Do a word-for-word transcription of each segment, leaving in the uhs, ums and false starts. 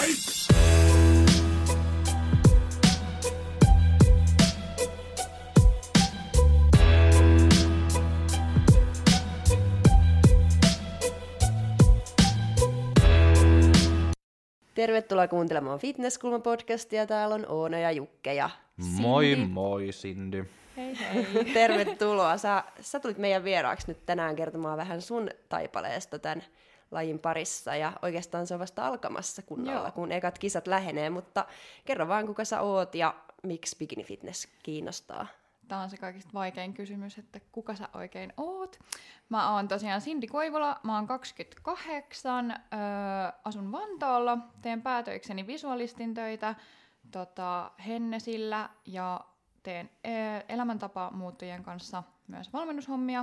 Tervetuloa kuuntelemaan Fitnesskulma-podcastia. Täällä on Oona ja Jukke ja Cindy. Moi moi, Cindy. Hei hei. Tervetuloa. Sä, sä tulit meidän vieraaksi nyt tänään kertomaan vähän sun taipaleesta tämän lajin parissa. Ja oikeastaan se on vasta alkamassa kunnolla, Joo. kun ekat kisat lähenee. Mutta kerro vaan, kuka sä oot ja miksi bikini fitness kiinnostaa. Tämä on se kaikista vaikein kysymys, että kuka sä oikein oot. Mä oon tosiaan Cindy Koivula, mä oon kaksikymmentäkahdeksan, öö, asun Vantaalla, teen päätöikseni visualistin töitä tota, Hennesillä ja teen e- elämäntapamuuttujien kanssa myös valmennushommia.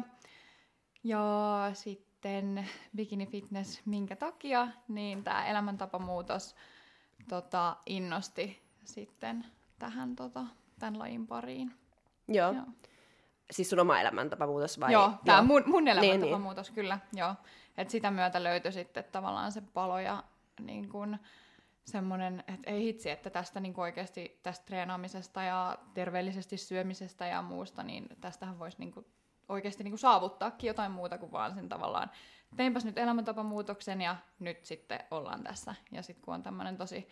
Ja sitten bikini fitness, minkä takia, niin tää elämäntapamuutos tota, innosti sitten tähän tota, tämän lajin pariin. Joo. Joo. Siis sun oma elämäntapamuutos vai? Joo, tää on mun, mun elämäntapamuutos, niin, kyllä. Joo. Et sitä myötä löytyi sitten tavallaan se palo ja niin kun semmonen, että ei hitsi, että tästä niin oikeasti tästä treenaamisesta ja terveellisesti syömisestä ja muusta, niin tästähän voisi niin oikeasti niin saavuttaakin jotain muuta kuin vaan sen tavallaan. Teinpäs nyt elämäntapamuutoksen ja nyt sitten ollaan tässä. Ja sitten kun on tämmönen tosi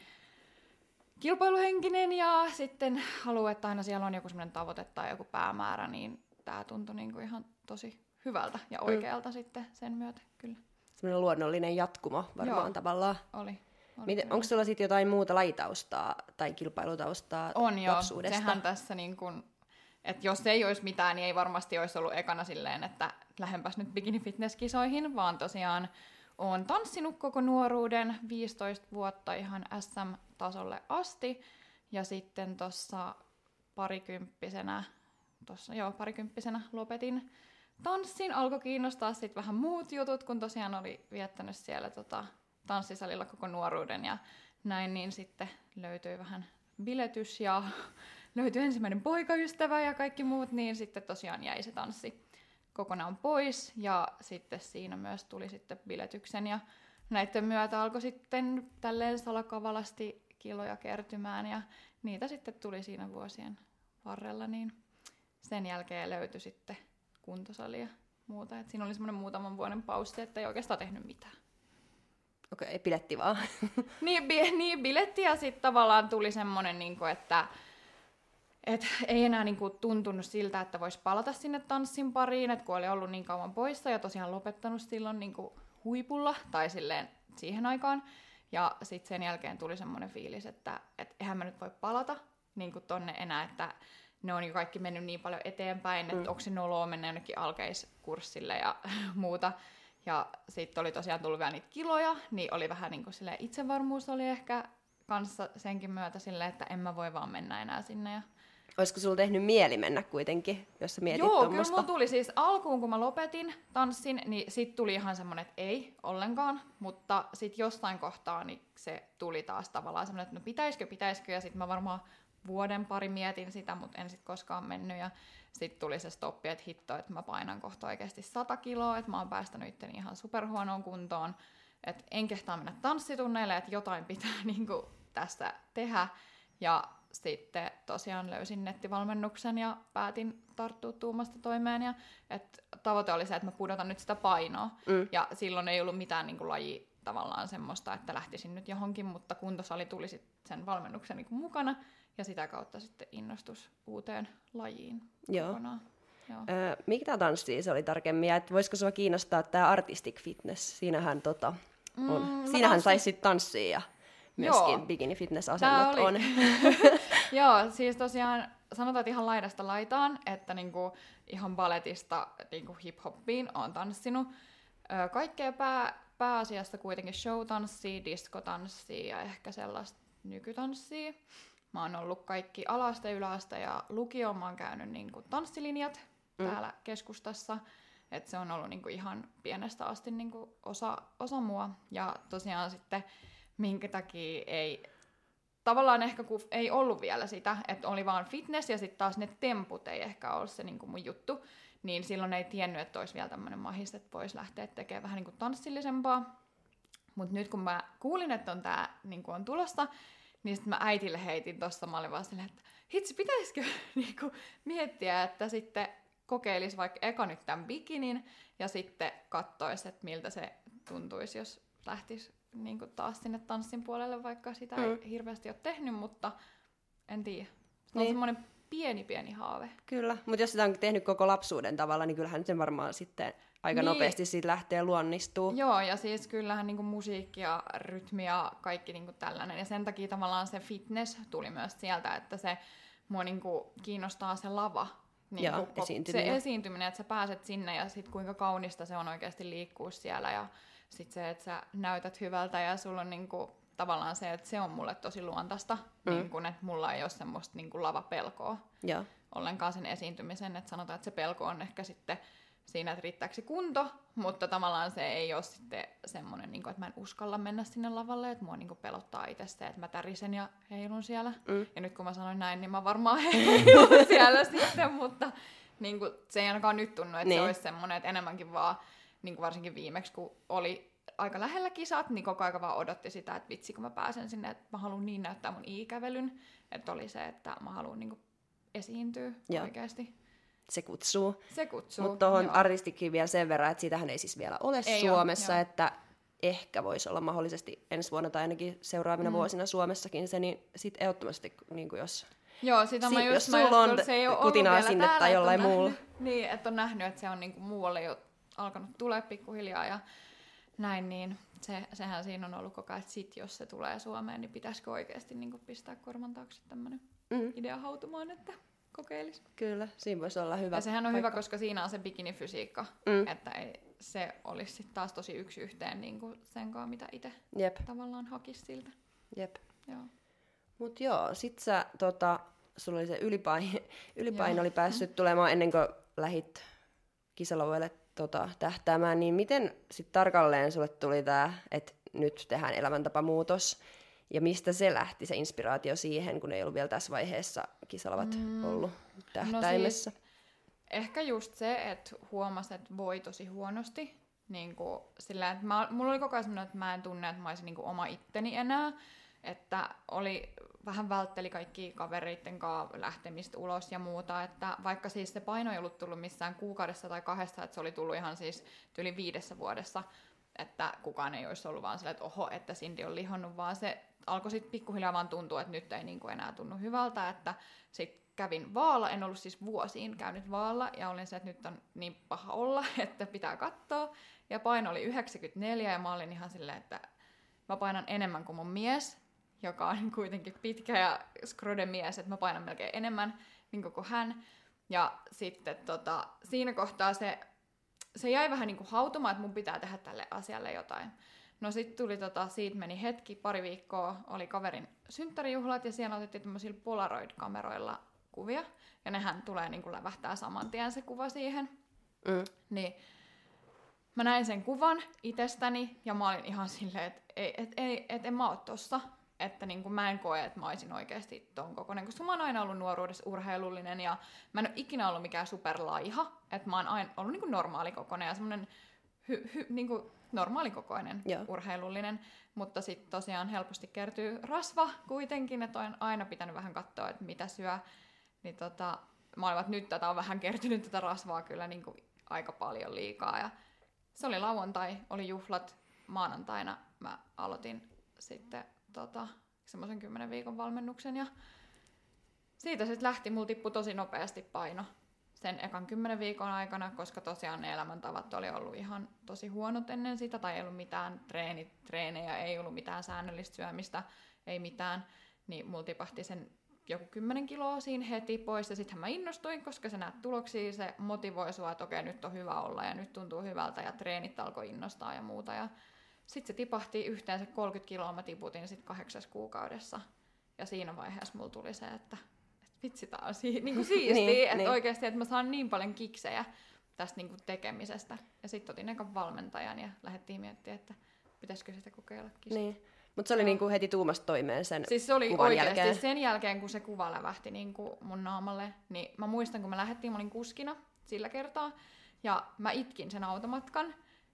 kilpailuhenkinen ja sitten haluaa, että aina siellä on joku semmoinen tavoite tai joku päämäärä, niin tää tuntui niinku ihan tosi hyvältä ja oikealta mm. sitten sen myötä, kyllä. Semmoinen luonnollinen jatkumo varmaan Joo, tavallaan. oli. Miten, onko sulla sitten jotain muuta lajitaustaa tai kilpailutaustaa on joo, lapsuudesta? Sehän tässä niin kun, että jos ei olisi mitään, niin ei varmasti olisi ollut ekana silleen, että lähempäs nyt bikini fitness-kisoihin, vaan tosiaan olen tanssinut koko nuoruuden, viisitoista vuotta ihan äs äm-tasolle asti, ja sitten tuossa parikymppisenä, tossa, joo, parikymppisenä lopetin tanssin. Alkoi kiinnostaa sitten vähän muut jutut, kun tosiaan oli viettänyt siellä tota, tanssisalilla koko nuoruuden ja näin, niin sitten löytyi vähän biletys ja löytyi ensimmäinen poikaystävä ja kaikki muut, niin sitten tosiaan jäi se tanssi kokonaan pois, ja sitten siinä myös tuli sitten biletyksen, ja näiden myötä alkoi sitten tälleen salakavalasti kiloja kertymään, ja niitä sitten tuli siinä vuosien varrella, niin sen jälkeen löytyi sitten kuntosali ja muuta, et siinä oli semmoinen muutaman vuoden paussi, että ei oikeastaan tehnyt mitään. Okei, okay, biletti vaan. niin, bi- niin, biletti, ja sitten tavallaan tuli semmoinen, niin että Et ei enää niinku tuntunut siltä, että voisi palata sinne tanssin pariin, että kun oli ollut niin kauan poissa ja tosiaan lopettanut silloin niinku huipulla tai silleen siihen aikaan. Ja sitten sen jälkeen tuli semmoinen fiilis, että et eihän mä nyt voi palata niinku tonne enää, että ne on jo kaikki mennyt niin paljon eteenpäin, että mm. onko se noloa mennä jonnekin alkeiskurssille ja muuta. Ja sitten oli tosiaan tullut vielä niitä kiloja, niin oli vähän niinku silleen itsevarmuus oli ehkä kanssa senkin myötä silleen, että en mä voi vaan mennä enää sinne. Ja olisiko sulla tehnyt mieli mennä kuitenkin, jos sä mietit Joo, tommoista? kyllä mulla tuli siis alkuun, kun mä lopetin tanssin, niin sit tuli ihan semmonen, että ei ollenkaan, mutta sit jostain kohtaa niin se tuli taas tavallaan semmonen, että no pitäisikö, pitäisikö, ja sit mä varmaan vuoden pari mietin sitä, mutta en sit koskaan mennyt, ja sit tuli se stoppi, että hitto, että mä painan kohta oikeasti sata kiloa, että mä oon päästänyt itteni ihan superhuonoon kuntoon, että en kehtaa mennä tanssitunneille, että jotain pitää niinku tässä tehdä, ja sitten tosiaan löysin nettivalmennuksen ja päätin tarttua tuumasta toimeen. Ja, et tavoite oli se, että mä pudotan nyt sitä painoa. Mm. Ja silloin ei ollut mitään niin kuin lajia tavallaan semmoista, että lähtisin nyt johonkin, mutta kuntosali tuli sitten sen valmennuksen niin kuin mukana. Ja sitä kautta sitten innostus uuteen lajiin kokonaan. Joo. Öö, mikä tanssia se oli tarkemmin? Ja et voisiko sua kiinnostaa tämä artistic fitness? Siinähän, tota, on. Mm, Siinähän tanssin... saisi tanssia ja myöskin Joo. bikini fitness-asennot on. Joo, siis tosiaan sanotaan, että ihan laidasta laitaan, että niinku ihan balletista niinku hip-hoppiin on tanssinut. Öö, kaikkea pää, pääasiassa kuitenkin show-tanssia, diskotanssia ja ehkä sellaista nykytanssia. Mä oon ollut kaikki alaste, yläaste ja lukio. Mä oon käynyt niinku tanssilinjat mm. täällä keskustassa. Et se on ollut niinku ihan pienestä asti niinku osa, osa mua. Ja tosiaan sitten minkä takia ei, tavallaan ehkä kun ei ollut vielä sitä, että oli vaan fitness ja sitten taas ne temput ei ehkä ollut se niin kuin mun juttu, niin silloin ei tiennyt, että olisi vielä tämmöinen mahis, että voisi lähteä tekemään vähän niin kuin tanssillisempaa. Mutta nyt kun mä kuulin, että on tää niin on tulossa, niin sitten mä äitille heitin tosta, mä olin vaan silleen, että hitsi, pitäisikö niinku miettiä, että sitten kokeilisi vaikka eka nyt tämän bikinin, ja sitten katsoisi, että miltä se tuntuisi, jos lähtisi niinku taas sinne tanssin puolelle, vaikka sitä mm. ei hirveästi ole tehnyt, mutta en tiedä. Se on niin. semmoinen pieni pieni haave. Kyllä, mutta jos sitä on tehnyt koko lapsuuden tavalla, niin kyllähän se varmaan sitten aika niin. nopeasti siitä lähtee luonnistuu. Joo, ja siis kyllähän niinku musiikki ja rytmi ja kaikki niinku tällainen. Ja sen takia tavallaan se fitness tuli myös sieltä, että se mua niinku kiinnostaa se lava. Niin ja, kuin, esiintyminen. Se esiintyminen, että sä pääset sinne ja sit kuinka kaunista se on oikeasti liikkua siellä. Ja sit se, että sä näytät hyvältä ja sulla on niinku, tavallaan se, että se on mulle tosi luontaista. Mm. Niin kun, että mulla ei ole semmoista niinku lavapelkoa ja. ollenkaan sen esiintymisen. Että sanotaan, että se pelko on ehkä sitten siinä, että riittääkö se kunto, mutta tavallaan se ei ole sitten semmoinen, niin kuin, että mä en uskalla mennä sinne lavalle, että mua niin kuin pelottaa itse se, että mä tärisen ja heilun siellä. Mm. Ja nyt kun mä sanoin näin, niin mä varmaan heilun siellä sitten, mutta niin kuin, se ei ainakaan nyt tunnu, että niin. se olisi semmoinen, että enemmänkin vaan, niin kuin varsinkin viimeksi, kun oli aika lähellä kisat, niin koko aika vaan odotti sitä, että vitsi, kun mä pääsen sinne, että mä haluan niin näyttää mun i-kävelyn, että oli se, että mä haluan niin kuin esiintyä ja. oikeasti. Se kutsuu. Se kutsuu. Mutta tuohon artistikin vielä sen verran, että sitähän ei siis vielä ole ei Suomessa, ole, että ehkä voisi olla mahdollisesti ensi vuonna tai ainakin seuraavina mm. vuosina Suomessakin se, niin sitten ehdottomasti, niin kuin jos, joo, sitä si- mä just, jos sulla mä on se ei kutinaa sinne täällä, tai jollain muulla. Niin, että on nähnyt, että se on niinku muualle jo alkanut tulee pikkuhiljaa ja näin, niin se, sehän siinä on ollut koko ajan, että sit jos se tulee Suomeen, niin pitäisikö oikeasti niinku pistää korvan taakse tämmöinen mm. idea hautumaan, että kokeilis. Kyllä, siinä voisi olla hyvä. Ja sehän on paikka. hyvä, koska siinä on se bikinifysiikka, mm. että ei, se olisi sit taas tosi yksi yhteen niin kuin sen kanssa, mitä itse tavallaan hakisi siltä. Jep. Joo. Mut joo, sit sä, tota, sulla oli se ylipaino, ylipaino oli päässyt tulemaan ennen kuin lähit kisalauelle tota, tähtäämään, niin miten sit tarkalleen sulle tuli tää, että nyt tehdään elämäntapamuutos? Ja mistä se lähti, se inspiraatio siihen, kun ei ollut vielä tässä vaiheessa kisalavat mm. ollut tähtäimessä? No siis, ehkä just se, että huomasi, että voi tosi huonosti. Niin kuin sillä, että mä, mulla oli koko ajan sellainen, että mä en tunne, että mä olisin niin kuin oma itteni enää. Että oli, vähän vältteli kaikki kavereitten kanssa lähtemistä ulos ja muuta. Että vaikka siis se paino ei ollut tullut missään kuukaudessa tai kahdessa, että se oli tullut ihan siis yli viidessä vuodessa. Että kukaan ei olisi ollut vaan silleen, että oho, että Cindy on lihonnut, vaan se alkoi sitten pikkuhiljaa vaan tuntua, että nyt ei niinku enää tunnu hyvältä, että sitten kävin vaalla, en ollut siis vuosiin käynyt vaalla, ja olin se, että nyt on niin paha olla, että pitää katsoa, ja paino oli yhdeksänkymmentäneljä, ja mä olin ihan silleen, että mä painan enemmän kuin mun mies, joka on kuitenkin pitkä ja skrode mies, että mä painan melkein enemmän niin kuin hän, ja sitten tota, siinä kohtaa se, se jäi vähän niin kuin hautumaan, että mun pitää tehdä tälle asialle jotain. No sit tuli tota, siitä meni hetki, pari viikkoa oli kaverin synttärijuhlat ja siellä otettiin tämmöisillä Polaroid-kameroilla kuvia. Ja nehän tulee niin kuin lävähtää saman tien se kuva siihen. Mm. Niin mä näin sen kuvan itsestäni ja mä olin ihan silleen, että ei, et, ei, et en mä oo tossa. Että niin kuin mä en koe, että mä olisin oikeasti ton kokoinen, koska mä oon aina ollut nuoruudessa urheilullinen ja mä en ole ikinä ollut mikään superlaiha. Että mä oon aina ollut niin kuin normaalikokoinen ja semmonen hy, hy, niin kuin normaalikokoinen Joo. urheilullinen, mutta sitten tosiaan helposti kertyy rasva kuitenkin, että olen aina pitänyt vähän katsoa, että mitä syö. Niin tota, mä olin, että nyt tätä on vähän kertynyt tätä rasvaa kyllä niin kuin aika paljon liikaa. Ja se oli lauantai, oli juhlat, maanantaina mä aloitin sitten tota, semmoisen kymmenen viikon valmennuksen ja siitä sitten lähti, mulla tippui tosi nopeasti paino sen ekan kymmenen viikon aikana, koska tosiaan ne elämäntavat oli ollut ihan tosi huonot ennen sitä, tai ei ollut mitään treeni, treenejä, ei ollut mitään säännöllistä syömistä, ei mitään, niin mulla tipahti sen joku kymmenen kiloa siinä heti pois, ja sittenhän mä innostuin, koska sä näet tuloksia, se motivoi sua, että okei, nyt on hyvä olla, ja nyt tuntuu hyvältä, ja treenit alkoi innostaa ja muuta, ja sitten se tipahti yhteensä kolmekymmentä kiloa, mä tiputin sitten kahdeksassa kuukaudessa, ja siinä vaiheessa mulla tuli se, että vitsi, tää on si- niinku siistiä, niin, että niin. oikeasti, että mä saan niin paljon kiksejä tästä niinku tekemisestä. Ja sitten otin ekan valmentajan ja lähdettiin miettimään, että pitäisikö sitä kokeilla kisassa. Niin. Mutta se oli niinku heti tuumasta toimeen sen siis se oli kuvan oikeasti jälkeen. Sen jälkeen, kun se kuva lävähti niinku mun naamalle, niin mä muistan, kun me lähdettiin, mä olin kuskina sillä kertaa, ja mä itkin sen automatkan,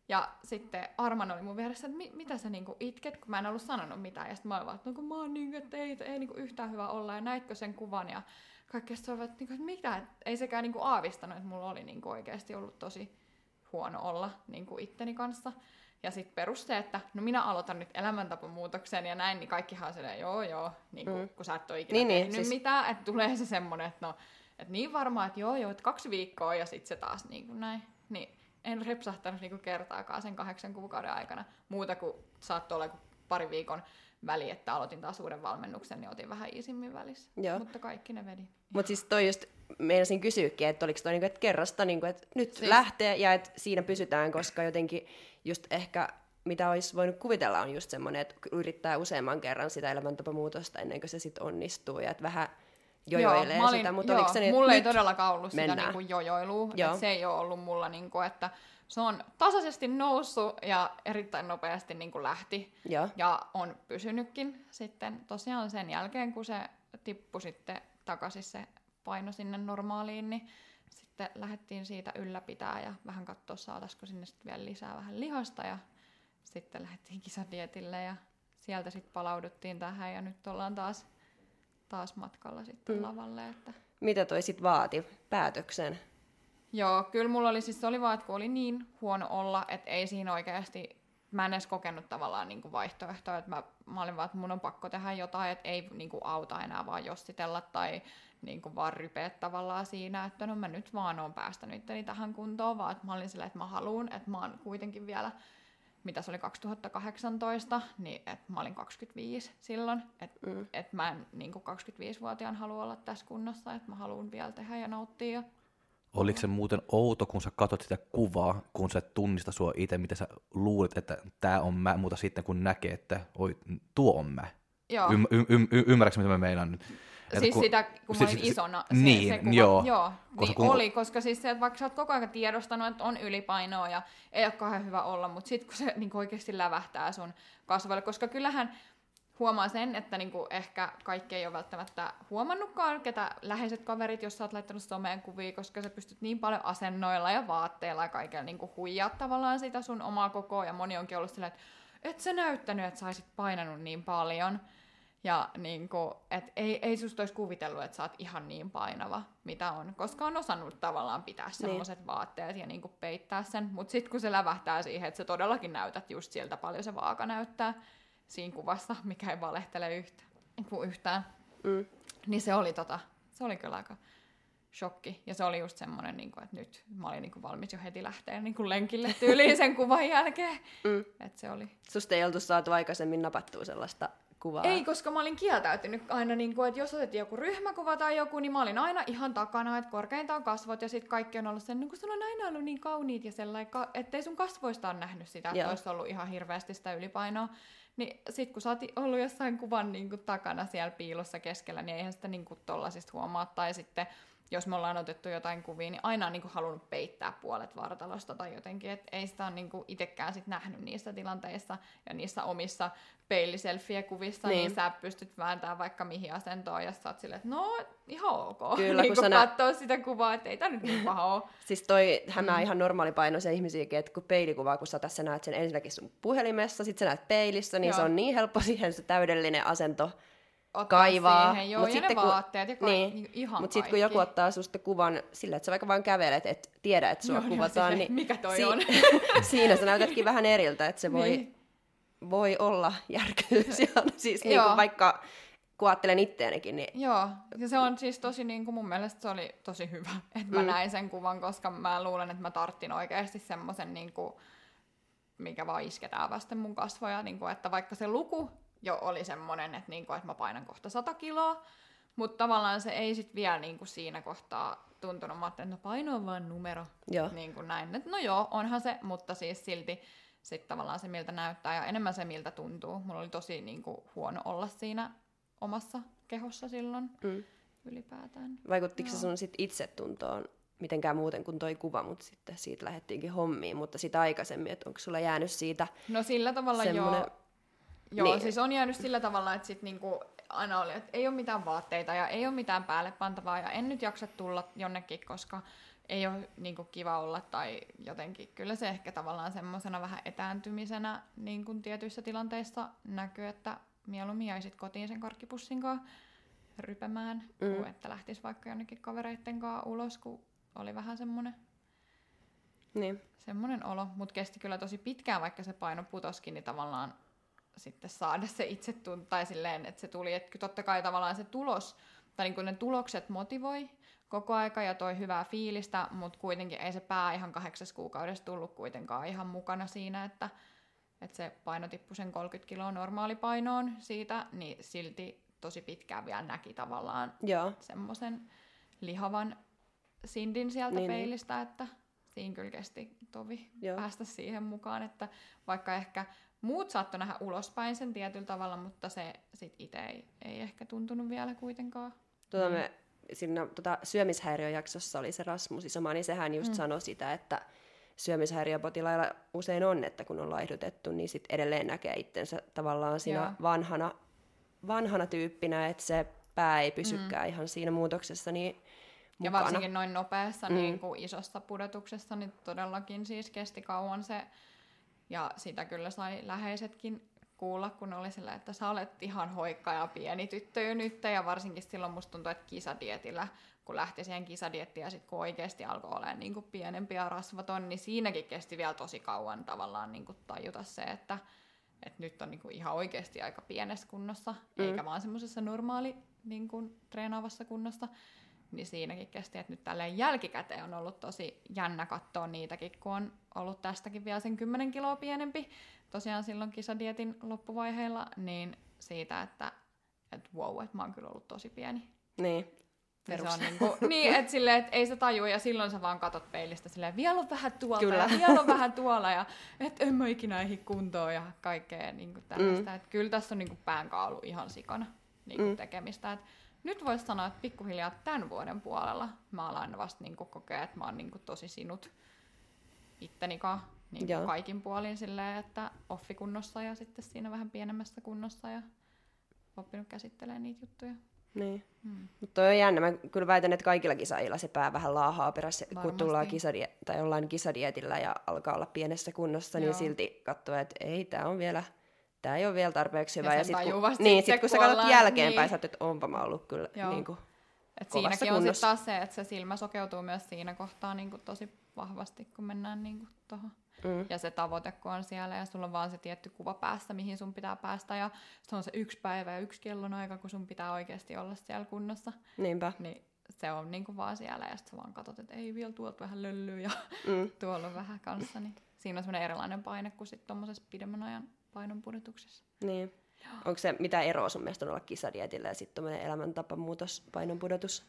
Ja sitten Arman oli mun vieressä, että mi- mitä sä niinku itket, kun mä en ollut sanonut mitään. Ja sitten mä olin vaan, että no kun mä oon niin, että ei, ei niinku yhtään hyvä olla. Ja näitkö sen kuvan ja kaikkea. Sitten oli, että, niinku, että mitä, et ei sekään niinku aavistanut, että mulla oli niinku oikeasti ollut tosi huono olla niinku itteni kanssa. Ja sitten perus se, että no minä aloitan nyt elämäntapamuutoksen ja näin, niin kaikkihan on silleen, joo joo, niin kuin, mm. kun sä et ole ikinä niin, tehnyt niin, siis... mitään, että tulee se semmoinen, että no, että niin varmaan, että joo joo, että kaksi viikkoa ja sitten se taas niin kuin näin. Niin en repsahtanut niin kuin kertaakaan sen kahdeksan kuukauden aikana, muuta kuin saattoi olla pari viikon väli, että aloitin taas uuden valmennuksen, niin otin vähän iisimmin välissä, joo. Mutta kaikki ne vedi. Mutta siis toi just, meinasin kysyäkin, että oliko toi niinku, että kerrasta, niinku, että nyt siis... lähtee ja että siinä pysytään, koska jotenkin just ehkä mitä olisi voinut kuvitella on just semmoinen, että yrittää useamman kerran sitä elämäntapamuutosta ennen kuin se sitten onnistuu ja että vähän jojoilee joo, olin, sitä, mutta joo, oliko se niin, mulla ei todellakaan ollut mennään. sitä niinku jojoilua, että se ei ole ollut mulla, niinku, että se on tasaisesti noussut ja erittäin nopeasti niinku lähti joo. ja on pysynytkin sitten tosiaan sen jälkeen, kun se tippui sitten takaisin se paino sinne normaaliin, niin sitten lähdettiin siitä ylläpitää ja vähän katsoa, saataisiko sinne sitten vielä lisää vähän lihasta ja sitten lähdettiin kisadietille ja sieltä sitten palauduttiin tähän ja nyt ollaan taas, taas matkalla sitten mm. lavalle. Että... Mitä toi sitten vaati päätöksen? Joo, kyllä mulla oli siis, se oli vaan, että kun oli niin huono olla, että ei siinä oikeasti, mä en edes kokenut tavallaan niin kuin vaihtoehtoa, että mä, mä olin vaan, että mun on pakko tehdä jotain, että ei niin kuin auta enää vaan jossitella tai niin kuin vaan rypeä tavallaan siinä, että no mä nyt vaan oon päästänyt itteni tähän kuntoon, vaan että mä olin silleen, että mä haluun, että mä oon kuitenkin vielä, mitä se oli kaksituhattakahdeksantoista, niin että mä olin kaksikymmentäviisi silloin, että mm. et mä en niin kuin kaksikymmentäviisivuotiaan halua olla tässä kunnossa, että mä haluan vielä tehdä ja nauttia. Ja... Oliko se muuten outo, kun sä katsot sitä kuvaa, kun sä tunnista sua itse, mitä sä luulet, että tää on mä, mutta sitten kun näkee, että oi, tuo on mä. Joo. Ym, ym, ym, ymmärrätkö, mitä mä meinaan nyt? Että siis kun, sitä, kun mä olin siis, isona, se, niin, se kuva, joo, joo koska niin kun... oli, koska siis se, että vaikka sä oot koko ajan tiedostanut, että on ylipainoa ja ei ole kauhean hyvä olla, mutta sitten kun se niin oikeasti lävähtää sun kasvoille, koska kyllähän huomaa sen, että niin ehkä kaikki ei ole välttämättä huomannutkaan, ketä läheiset kaverit, jos sä oot laittanut someen kuvia, koska sä pystyt niin paljon asennoilla ja vaatteilla ja kaikella niin huijaa tavallaan sitä sun omaa kokoa, ja moni onkin ollut silleen, että et sä näyttänyt, että sä olisit painanut niin paljon. Ja niinku, et ei, ei susta olisi kuvitellut, että sä oot ihan niin painava, mitä on, koska on osannut tavallaan pitää semmoiset niin. vaatteet ja niinku peittää sen. Mutta sitten kun se lävähtää siihen, että sä todellakin näytät just siltä paljon se vaaka näyttää siinä kuvassa, mikä ei valehtele yhtä, yhtään, mm. niin se oli, tota, se oli kyllä aika shokki. Ja se oli just semmoinen, niinku, että nyt mä olin niinku valmis jo heti lähteä niinku lenkille tyyliin sen kuvan jälkeen. Mm. Et se oli. Susta ei oltu saatu aikaisemmin napattua sellaista kuvaa. Ei, koska mä olin kieltäytynyt aina, niin kuin, että jos otettiin joku ryhmäkuva tai joku, niin mä olin aina ihan takana, että korkeintaan kasvot ja sitten kaikki on ollut sen, niin kun sulla on aina ollut niin kauniit ja sellainen, ettei sun kasvoista ole nähnyt sitä, että olisi ollut ihan hirveästi sitä ylipainoa. Niin sit kun sä oot ollut jossain kuvan niin kuin, takana siellä piilossa keskellä, niin eihän sitä niin kuin, tollasista huomaa. Tai sitten jos me ollaan otettu jotain kuvia, niin aina on niin kuin, halunnut peittää puolet vartalosta tai jotenkin, että ei sitä ole niin kuin, itsekään sit nähnyt niissä tilanteissa ja niissä omissa peiliselfie-kuvissa, niin. niin sä pystyt vääntämään vaikka mihin asentoon ja sä oot silleen, että no ihan ok. Kyllä, niin kun kun nä... katsoo sitä kuvaa, että ei tää nyt niin paha ole. Siis toi hämää mm. ihan normaalipainoisia ihmisiäkin, että kun peilikuvaa, kun sä tässä näet sen ensinnäkin sun puhelimessa, sit sä näet peilissä, niin joo. se on niin helppo siihen se täydellinen asento ottaa kaivaa. Siihen, joo, mut ja sitten, ne vaatteet ja kaikki, niin, niin ihan Mutta sitten kun joku ottaa susta kuvan sillä, että sä vaikka vaan kävelet, et tiedä, että sua joo, kuvataan, niin mikä toi si- on? siinä sä näytätkin vähän eriltä, että se voi, niin. voi olla järkytys. siis niin kuin vaikka kun ajattelen itteenikin, niin... Joo, ja se on siis tosi, niin kuin mun mielestä se oli tosi hyvä, että mä mm. näin sen kuvan, koska mä luulen, että mä tarttin oikeasti semmoisen, niin kuin, mikä vaan isketään vasten mun kasvoja, niin kuin, että vaikka se luku jo oli semmoinen, että, niin kuin, että mä painan kohta sata kiloa, mutta tavallaan se ei sit vielä niin kuin siinä kohtaa tuntunut, mä ajattelin, että no paino on vaan numero, niin kuin näin, että no joo, onhan se, mutta siis silti sit tavallaan se miltä näyttää ja enemmän se miltä tuntuu. Mulla oli tosi niin kuin, huono olla siinä omassa kehossa silloin mm. ylipäätään. Vaikuttiko se sun sit itsetuntoon mitenkään muuten kuin toi kuva, mutta sitten siitä lähdettiinkin hommiin, mutta sitä aikaisemmin, että onko sulla jäänyt siitä no sillä tavalla semmoinen... joo, joo niin. Siis on jäänyt sillä tavalla, että sit niinku aina oli, että ei ole mitään vaatteita ja ei ole mitään päälle pantavaa ja en nyt jaksa tulla jonnekin, koska ei ole niinku kiva olla tai jotenkin, kyllä se ehkä tavallaan semmoisena vähän etääntymisenä niin kuin tietyissä tilanteissa näkyy, että mieluummin jäisit kotiin sen karkkipussin kanssa rypemään, mm. kuin että lähtis vaikka jonnekin kavereitten kanssa ulos, kun oli vähän semmoinen niin. semmoinen olo, mutta kesti kyllä tosi pitkään, vaikka se paino putoskin, niin tavallaan sitten saada se itsetunto, tai silleen, että se tuli, että totta kai tavallaan se tulos, tai niin kuin ne tulokset motivoi koko aika ja toi hyvää fiilistä, mutta kuitenkin ei se pää ihan kahdeksas kuukaudessa tullut kuitenkaan ihan mukana siinä, että, että se paino tippui sen kolmekymmentä kiloa normaalipainoon siitä, niin silti tosi pitkään vielä näki tavallaan semmoisen lihavan sindin sieltä niin, peilistä, niin. Että siinä kyllä kesti tovi Joo. päästä siihen mukaan, että vaikka ehkä muut saattoi nähdä ulospäin sen tietyllä tavalla, mutta se sit itse ei, ei ehkä tuntunut vielä kuitenkaan. Tuota me siinä tota, syömishäiriöjaksossa oli se Rasmus Isoma, niin sehän just mm. sanoi sitä, että syömishäiriöpotilailla usein on, että kun on laihdutettu, niin sit edelleen näkee itsensä tavallaan siinä vanhana, vanhana tyyppinä, että se pää ei pysykään mm. ihan siinä muutoksessa niin ja mukana. Varsinkin noin nopeassa mm. niin kuin isossa pudotuksessa, niin todellakin siis kesti kauan se, ja sitä kyllä sai läheisetkin kuulla, kun oli sillä, että sä olet ihan hoikka ja pieni tyttö jo nyt, ja varsinkin silloin musta tuntui, että kisadietillä, kun lähti siihen kisadiettiin, ja sitten kun oikeasti alkoi olemaan niin kuin pienempi ja rasvaton, niin siinäkin kesti vielä tosi kauan tavallaan niin kuin tajuta se, että, että nyt on niin kuin ihan oikeasti aika pienessä kunnossa, mm. eikä vaan semmoisessa normaali niin kuin treenaavassa kunnossa. Niin siinäkin kesti, että nyt tälleen jälkikäteen on ollut tosi jännä katsoa niitäkin, kun on ollut tästäkin vielä sen kymmenen kiloa pienempi. Tosiaan silloin kisadietin loppuvaiheilla, niin siitä, että et wow, että mä oon kyllä ollut tosi pieni. Niin, se on niinku, niin, että silleen, et ei se tajua, ja silloin sä vaan katot peilistä silleen, vielä on vähän tuolta, kyllä. ja vielä on vähän tuolla, ja et en mä ikinä ehdi kuntoon, ja kaikkea niinku tällaista. Mm. Että kyllä tässä on niinku päänkaan ollut ihan sikana niinku mm. tekemistä, että nyt voisi sanoa, että pikkuhiljaa tämän vuoden puolella mä alan vasta niinku kokea, että mä oon niinku tosi sinut ittenikaan niinku kaikin puolin silleen, että offikunnossa ja sitten siinä vähän pienemmässä kunnossa ja oppinut käsittelemään niitä juttuja. Niin. Hmm. Mutta toi on jännä. Mä kyllä väitän, että kaikilla kisaajilla se pää vähän laahaa perässä, varmasti. Kun tullaan kisadie- tai ollaan kisadietillä ja alkaa olla pienessä kunnossa, Joo. niin silti katsoo, että ei, tää on vielä... Tämä ei ole vielä tarpeeksi hyvä. Ja, ja sitten kun, niin, sit, kun sä katsot jälkeenpäin, niin. Sä oot, että onpa mä ollut kyllä niin kuin, et siinäkin on sitten taas se, että se silmä sokeutuu myös siinä kohtaa niin kuin tosi vahvasti, kun mennään niin kuin tuohon. Mm. Ja se tavoite, kun on siellä, ja sulla on vaan se tietty kuva päässä, mihin sun pitää päästä, ja se on se yksi päivä ja yksi kellon aika, kun sun pitää oikeasti olla siellä kunnossa. Niinpä. Niin se on niin kuin vaan siellä, ja sitten sä vaan katsot, että ei vielä tuolta vähän löllyä, ja mm. tuolla on vähän kanssa. Niin siinä on semmoinen erilainen paine kuin sitten tuommoisessa pidemmän ajan painonpudotuksessa. Niin. Onko se mitä eroa sun mielestä olla kisadietillä ja sitten tuommoinen elämäntapamuutos, painonpudotus?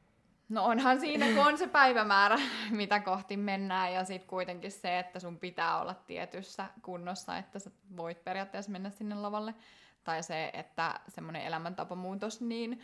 No onhan siinä, kun on se päivämäärä, mitä kohti mennään, ja sitten kuitenkin se, että sun pitää olla tietyssä kunnossa, että sä voit periaatteessa mennä sinne lavalle. Tai se, että semmoinen elämäntapamuutos, niin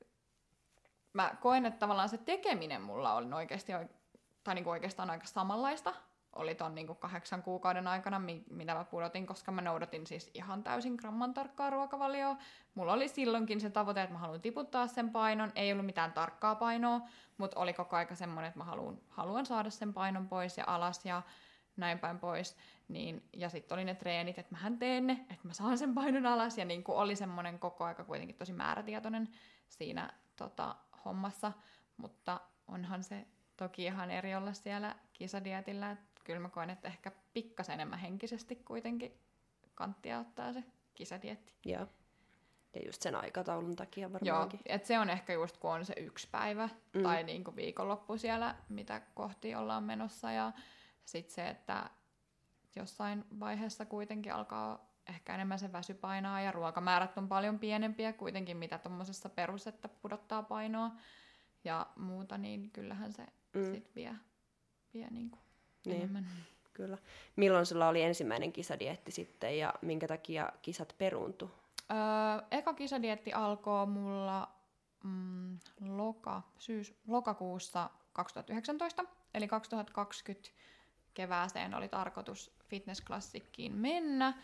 mä koen, että tavallaan se tekeminen mulla on oikeasti, tai niinku oikeastaan aika samanlaista. Oli ton niinku kahdeksan kuukauden aikana, mitä mä pudotin, koska mä noudatin siis ihan täysin gramman tarkkaa ruokavalioa. Mulla oli silloinkin se tavoite, että mä haluan tiputtaa sen painon. Ei ollut mitään tarkkaa painoa, mutta oli koko aika semmoinen, että mä haluan, haluan saada sen painon pois ja alas ja näin päin pois. Niin, ja sitten oli ne treenit, että mähän teen ne, että mä saan sen painon alas. Ja niin oli semmoinen koko aika kuitenkin tosi määrätietoinen siinä tota, hommassa. Mutta onhan se toki ihan eri olla siellä kisadietillä. Kyllä mä koen, että ehkä pikkasen enemmän henkisesti kuitenkin kanttia ottaa se kisadietti. Joo. Ja just sen aikataulun takia varmaankin. Joo, että se on ehkä just kun on se yksi päivä mm. tai niinku viikonloppu siellä, mitä kohti ollaan menossa. Ja sitten se, että jossain vaiheessa kuitenkin alkaa ehkä enemmän se väsy painaa ja ruokamäärät on paljon pienempiä kuitenkin, mitä tuommoisessa perus, että pudottaa painoa ja muuta, niin kyllähän se mm. sitten vie, vie niinku niin, enemmän. Kyllä. Milloin sulla oli ensimmäinen kisadietti sitten ja minkä takia kisat peruuntui? Öö, eka kisadietti alkoi mulla mm, loka, syys, lokakuussa kaksituhattayhdeksäntoista, eli kaksituhattakaksikymmentä kevääseen oli tarkoitus fitnessklassikkiin mennä.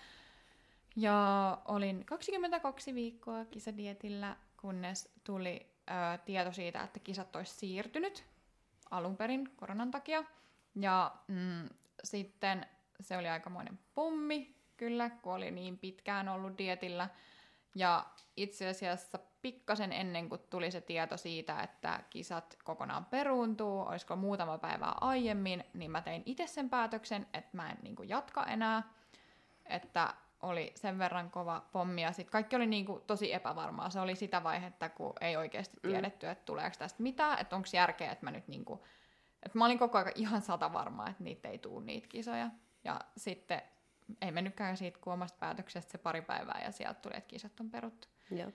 Ja olin kaksikymmentäkaksi viikkoa kisadietillä, kunnes tuli ö, tieto siitä, että kisat olisi siirtynyt alun perin koronan takia. Ja mm, sitten se oli aikamoinen pommi, kyllä, kun oli niin pitkään ollut dietillä. Ja itse asiassa pikkasen ennen kuin tuli se tieto siitä, että kisat kokonaan peruuntuu, olisiko muutama päivää aiemmin, niin mä tein itse sen päätöksen, että mä en niin kuin jatka enää. Että oli sen verran kova pommi ja sitten kaikki oli niin kuin tosi epävarmaa. Se oli sitä vaihetta, kun ei oikeasti tiedetty, että tuleeko tästä mitään, että onko järkeä, että mä nyt niin kuin, että mä olin koko ajan ihan sata varmaa, että niitä ei tule niitä kisoja. Ja sitten ei mennytkään siitä kuomasta päätöksestä se pari päivää ja sieltä tuli, että kisat on peruttu. Joo.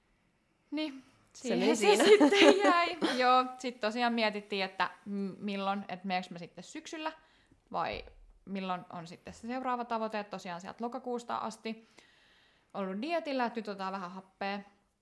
Niin, se, se sitten jäi. Joo, sitten tosiaan mietittiin, että m- milloin, että meneekö me sitten syksyllä vai milloin on sitten se seuraava tavoite, että tosiaan sieltä lokakuusta asti ollut dietillä, että nyt otetaan vähän happea.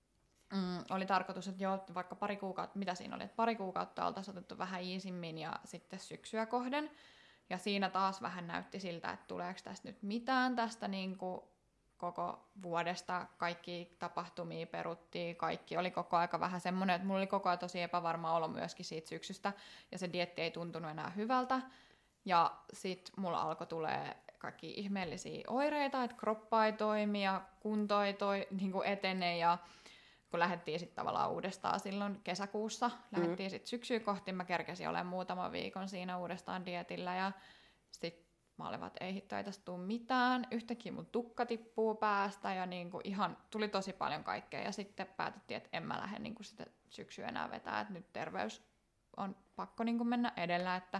Mm, oli tarkoitus, että joo, vaikka pari kuukautta, mitä siinä oli, että pari kuukautta oltaisiin otettu vähän iisimmin ja sitten syksyä kohden. Ja siinä taas vähän näytti siltä, että tuleeko tästä nyt mitään tästä niin kuin koko vuodesta. Kaikki tapahtumia peruttiin, kaikki oli koko aika vähän semmoinen, että mulla oli koko ajan tosi epävarma olo myöskin siitä syksystä. Ja se dieetti ei tuntunut enää hyvältä. Ja sit mulla alkoi tulee kaikki ihmeellisiä oireita, että kroppa ei toimi ja kunto ei toi, niin kuin etene. Ja kun lähdettiin sitten tavallaan uudestaan silloin kesäkuussa, lähdettiin mm. sitten syksyä kohti, mä kerkesin olemaan muutaman viikon siinä uudestaan dietillä ja sitten mä olin, että ei hitto, ei tästä tule mitään, yhtäkkiä mun tukka tippuu päästä ja niinku ihan tuli tosi paljon kaikkea ja sitten päätettiin, että en mä lähde niinku sitä syksyä enää vetää, että nyt terveys on pakko niinku mennä edellä, että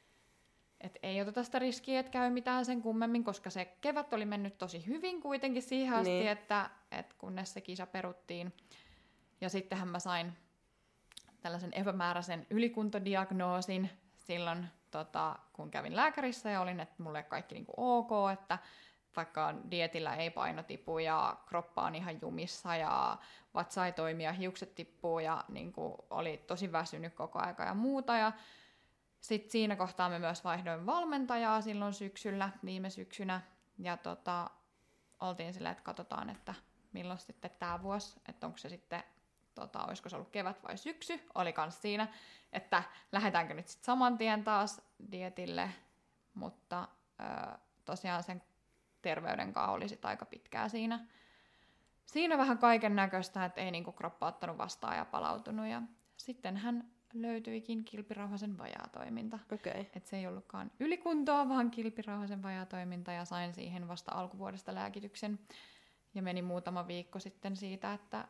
et ei oteta sitä riskiä, että käy mitään sen kummemmin, koska se kevät oli mennyt tosi hyvin kuitenkin siihen asti, niin. että, että kunnes se kisa peruttiin. Ja sittenhän mä sain tällaisen epämääräisen ylikuntodiagnoosin silloin, tota, kun kävin lääkärissä ja olin, että mulle kaikki niinku ok, että vaikka dietillä ei paino tipu ja kroppa on ihan jumissa ja vatsa ei toimi ja hiukset tippuu ja niinku oli tosi väsynyt koko aika ja muuta. Ja sitten siinä kohtaa me myös vaihdoin valmentajaa silloin syksyllä, viime syksynä. Ja tota, oltiin silleen, että katsotaan, että milloin sitten tämä vuosi, että onko se sitten, tota, olisiko se ollut kevät vai syksy. Oli kans siinä, että lähdetäänkö nyt sitten saman tien taas dietille. Mutta ö, tosiaan sen terveyden kanssa oli sitten aika pitkää siinä. Siinä vähän kaiken näköistä, että ei niinku kroppa ottanut vastaan ja palautunut. Ja sitten hän löytyikin kilpirauhasen vajaatoiminta. Okay. Että se ei ollutkaan ylikuntoa, vaan kilpirauhasen vajaatoiminta ja sain siihen vasta alkuvuodesta lääkityksen. Ja meni muutama viikko sitten siitä, että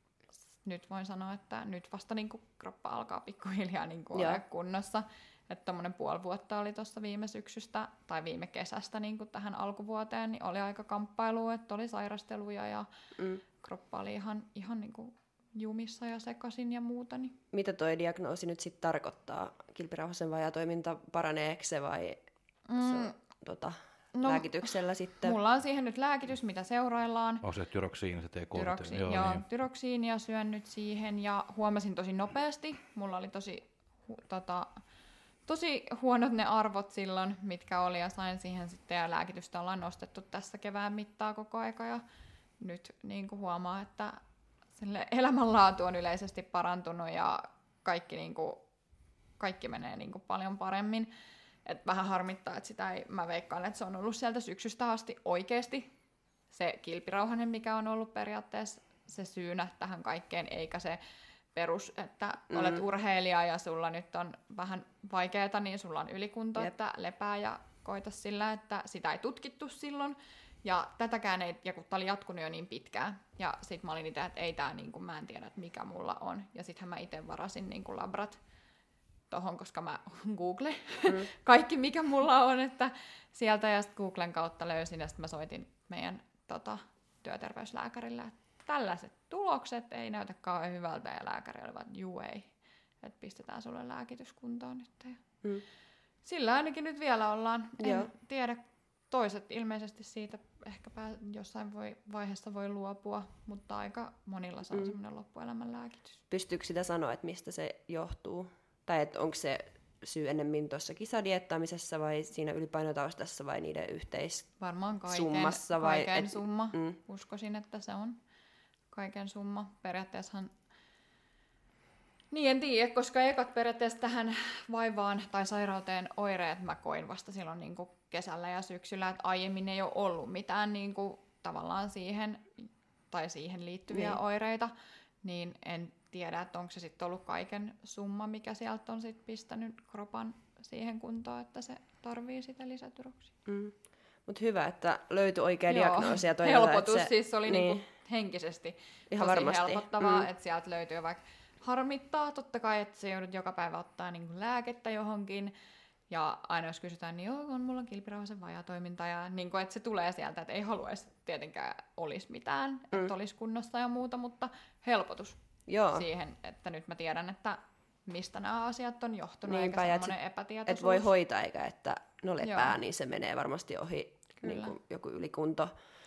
nyt voin sanoa, että nyt vasta niin kuin kroppa alkaa pikkuhiljaa niin kuin olla kunnossa. Että tommonen puoli vuotta oli tuossa viime syksystä tai viime kesästä niin kuin tähän alkuvuoteen, niin oli aika kamppailua, että oli sairasteluja ja mm. kroppa oli ihan, ihan niin kuin jumissa ja sekaisin ja muuta. Niin. Mitä toi diagnoosi nyt sitten tarkoittaa? Kilpirauhasen vajaatoiminta, paraneeko se vai mm. se, tota, no, lääkityksellä sitten? Mulla on siihen nyt lääkitys, mitä seuraillaan. On se tyroksiini, se T kolme? Tyroksi, joo, joo niin. Tyroksiinia syön nyt siihen ja huomasin tosi nopeasti. Mulla oli tosi, hu, tota, tosi huonot ne arvot silloin, mitkä oli ja sain siihen sitten ja lääkitystä ollaan nostettu tässä kevään mittaa koko aika ja nyt niin kuin huomaa, että elämänlaatu on yleisesti parantunut ja kaikki, niin kuin, kaikki menee niin kuin paljon paremmin. Et vähän harmittaa, että sitä ei, mä veikkaan, että se on ollut sieltä syksystä asti oikeasti se kilpirauhanen, mikä on ollut periaatteessa se syynä tähän kaikkeen, eikä se perus, että mm. olet urheilija ja sulla nyt on vähän vaikeaa, niin sulla on ylikunto, yep. että lepää ja koita sillä, että sitä ei tutkittu silloin. Ja tätäkään ei, ja kun tämä oli jatkunut jo niin pitkään, ja sit mä olin itse, että ei tää, niin kuin, mä en tiedä, että mikä mulla on. Ja sittenhän mä itse varasin niin kuin labrat tohon, koska mä Google mm. kaikki, mikä mulla on, että sieltä ja sitten Googlen kautta löysin, ja sitten mä soitin meidän tota, työterveyslääkärille, että tällaiset tulokset ei näytä kauhean hyvältä, ja lääkäri oli, että juu ei, että pistetään sulle lääkityskuntoon nyt. Ja mm. sillä ainakin nyt vielä ollaan, en Joo. tiedä. Toiset ilmeisesti siitä ehkä pää, jossain voi, vaiheessa voi luopua, mutta aika monilla se on mm. semmoinen loppuelämän lääkitys. Pystyykö sitä sanoa, että mistä se johtuu? Tai että onko se syy ennemmin tuossa kisadiettaamisessa vai siinä ylipainotaustassa vai niiden yhteissummassa? Varmaan kaiken, vai kaiken et, summa. Mm. Uskoisin, että se on kaiken summa. Periaatteessahan Niin, en tiedä, koska ekat periaatteessa tähän vaivaan tai sairauteen oireet mä koin vasta silloin niin kuin kesällä ja syksyllä, että aiemmin ei ole ollut mitään niin kuin, tavallaan siihen tai siihen liittyviä niin. oireita, niin en tiedä, että onko se sitten ollut kaiken summa, mikä sieltä on sitten pistänyt kropan siihen kuntoon, että se tarvii sitä lisätyroksia. Mm. Mutta hyvä, että löytyi oikea Joo, diagnoosi. Ja helpotus se, siis oli niin. niinku henkisesti ihan tosi varmasti. helpottavaa, Mm. että sieltä löytyy vaikka harmittaa totta kai, että sä joudut joka päivä ottaa niinku lääkettä johonkin. Ja aina jos kysytään, niin joo, on mulla kilpirauhasen vajatoiminta, ja niin kuin, että se tulee sieltä, että ei haluaisi tietenkään olisi mitään, mm. että olisi kunnossa ja muuta, mutta helpotus joo. siihen, että nyt mä tiedän, että mistä nämä asiat on johtunut, Niinpä, eikä et semmoinen epätietoisuus. Että voi hoitaa, eikä että no lepää, joo. niin se menee varmasti ohi niin kuin joku ylikunto.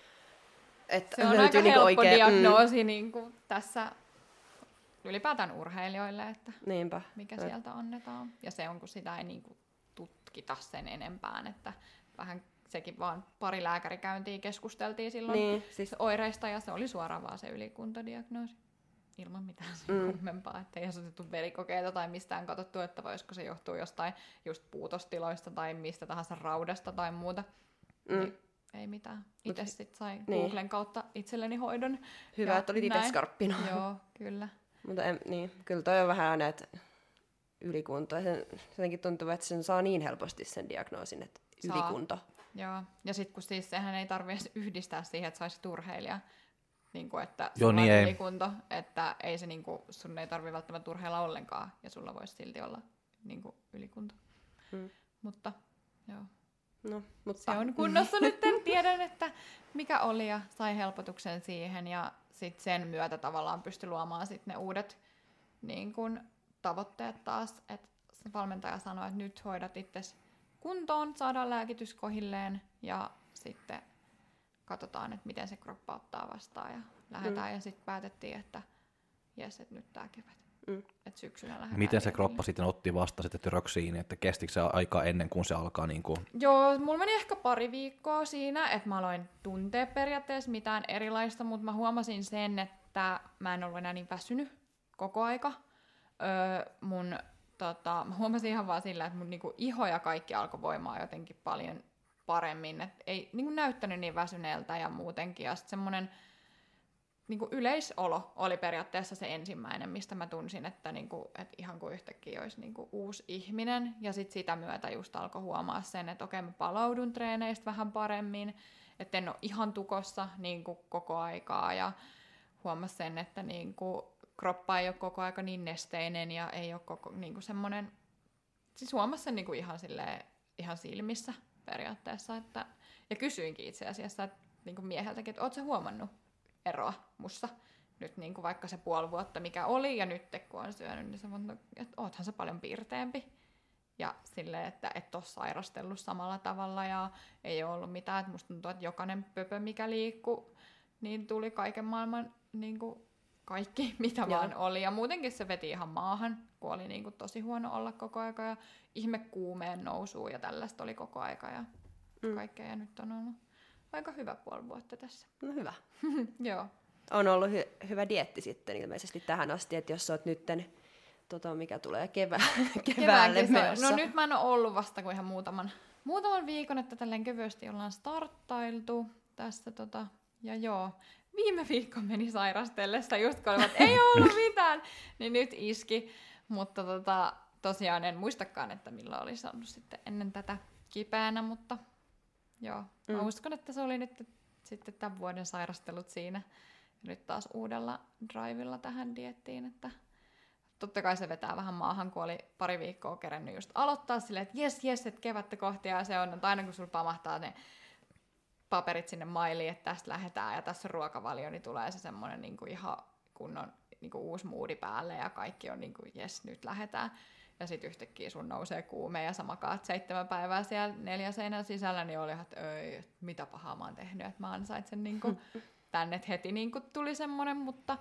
Että se on aika niin helppo oikea, diagnoosi mm. niin kuin tässä ylipäätään urheilijoille, että Niinpä. mikä sieltä annetaan. Ja se on, kun sitä ei niin kuin tutkita sen enempään, että vähän sekin vaan pari lääkärikäyntiä keskusteltiin silloin niin, siis... oireista, ja se oli suoraan vaan se ylikuntodiagnoosi. Ilman mitään sen mm. kummempaa, että ei otettu verikokeita tai mistään katsottu, että voisiko se johtua jostain just puutostiloista tai mistä tahansa raudasta tai muuta. Mm. Niin ei mitään. Itse Mut... sitten sai niin. Googlen kautta itselleni hoidon. Hyvä, että olit itse skarppina. Joo, kyllä. Mutta en, niin, kyllä toi on vähän aina, että ylikunto. Sen, jotenkin tuntuu, että sen saa niin helposti sen diagnoosin, että saa. Ylikunto. Joo, ja sitten kun siis sehän ei tarvitse yhdistää siihen, että saisi urheilija. Niin kuin, että joo, sulla niin on ei. ylikunto, että ei se, niin kuin, sun ei tarvitse välttämättä urheilla ollenkaan, ja sulla voisi silti olla niin kuin, ylikunto. Hmm. Mutta joo. No, mutta... Se on kunnossa nyt, tiedän, että mikä oli, ja sai helpotuksen siihen, ja sitten sen myötä tavallaan pystyi luomaan sit ne uudet niin kun, tavoitteet taas, että valmentaja sanoi, että nyt hoidat itsesi kuntoon, saadaan lääkitys kohilleen, ja sitten katsotaan, että miten se kroppa ottaa vastaan, ja lähdetään, mm. ja sitten päätettiin, että jes, että nyt tää kevät. Mm. Että syksyllä lähdetään. Miten se kroppa sitten otti vasta sitten tyroksiin, että kestikö se aikaa ennen kuin se alkaa? Niin kuin... Joo, mulla meni ehkä pari viikkoa siinä, että mä aloin tuntea periaatteessa mitään erilaista, mutta mä huomasin sen, että mä en ollut enää niin väsynyt koko aika. Öö, mun, tota, mä huomasin ihan vaan sillä, että mun niinku, iho ja kaikki alkoi voimaa jotenkin paljon paremmin. Et ei niinku, näyttänyt niin väsyneeltä ja muutenkin. Ja sitten semmoinen niinku yleisolo oli periaatteessa se ensimmäinen, mistä mä tunsin, että niinku, et ihan kuin yhtäkkiä olisi niinku uusi ihminen. Ja sitten sitä myötä just alkoi huomaa sen, että okei, mä palaudun treeneistä vähän paremmin, että en ole ihan tukossa niinku koko aikaa. Ja huomasin sen, että niinku kroppa ei ole koko aika niin nesteinen ja ei ole koko niinku semmoinen... Siis huomasin sen niinku ihan, silleen, ihan silmissä periaatteessa. Että, ja kysyinkin itse asiassa että, niinku mieheltäkin, että ootko sä huomannut eroa mussa nyt niin kuin vaikka se puoli vuotta mikä oli, ja nyt kun on syönyt, niin se on, että oothan se paljon piirteempi. Ja silleen, että et ole sairastellut samalla tavalla, ja ei ole ollut mitään, että musta tuntuu, että jokainen pöpö mikä liikkuu, niin tuli kaiken maailman niin kuin kaikki, mitä Joo. vaan oli. Ja muutenkin se veti ihan maahan, kun oli niin kuin tosi huono olla koko aika, ja ihme kuumeen nousuu, ja tällaista oli koko aika, ja mm. kaikkea, ja nyt on ollut aika hyvä puoli vuotta tässä. No hyvä. Joo. On ollut hy- hyvä dieetti sitten ilmeisesti tähän asti, että jos olet nytten, tota, mikä tulee kevä- keväälle menossa. No nyt mä en ole ollut vasta kuin ihan muutaman, muutaman viikon, että tälleen kevyesti ollaan starttailtu tässä tota, ja joo, viime viikko meni sairastellessa just kun olivat, ei ollut mitään, niin nyt iski, mutta tota, tosiaan en muistakaan, että milloin olisi ollut sitten ennen tätä kipeänä, mutta joo, mä mm. uskon, että se oli nyt sitten tämän vuoden sairastelut siinä. Ja nyt taas uudella drivilla tähän diettiin, että totta kai se vetää vähän maahan, kun oli pari viikkoa kerennyt just aloittaa silleen, että jes, jes, että kevättä kohti, ja se on, että aina kun sulla pamahtaa ne paperit sinne mailiin, että tästä lähdetään, ja tässä on ruokavalio, niin tulee se semmoinen niin kuin ihan kunnon niin kuin uusi moodi päälle, ja kaikki on niin kuin, jes, nyt lähdetään. Ja sitten yhtäkkiä sun nousee kuume ja sä makaat seitsemän päivää siellä neljän seinän sisällä, niin oli ihan, että ei, mitä pahaa mä oon tehnyt, että mä ansaitsen niinku tänne, että heti niinku tuli semmonen, mutta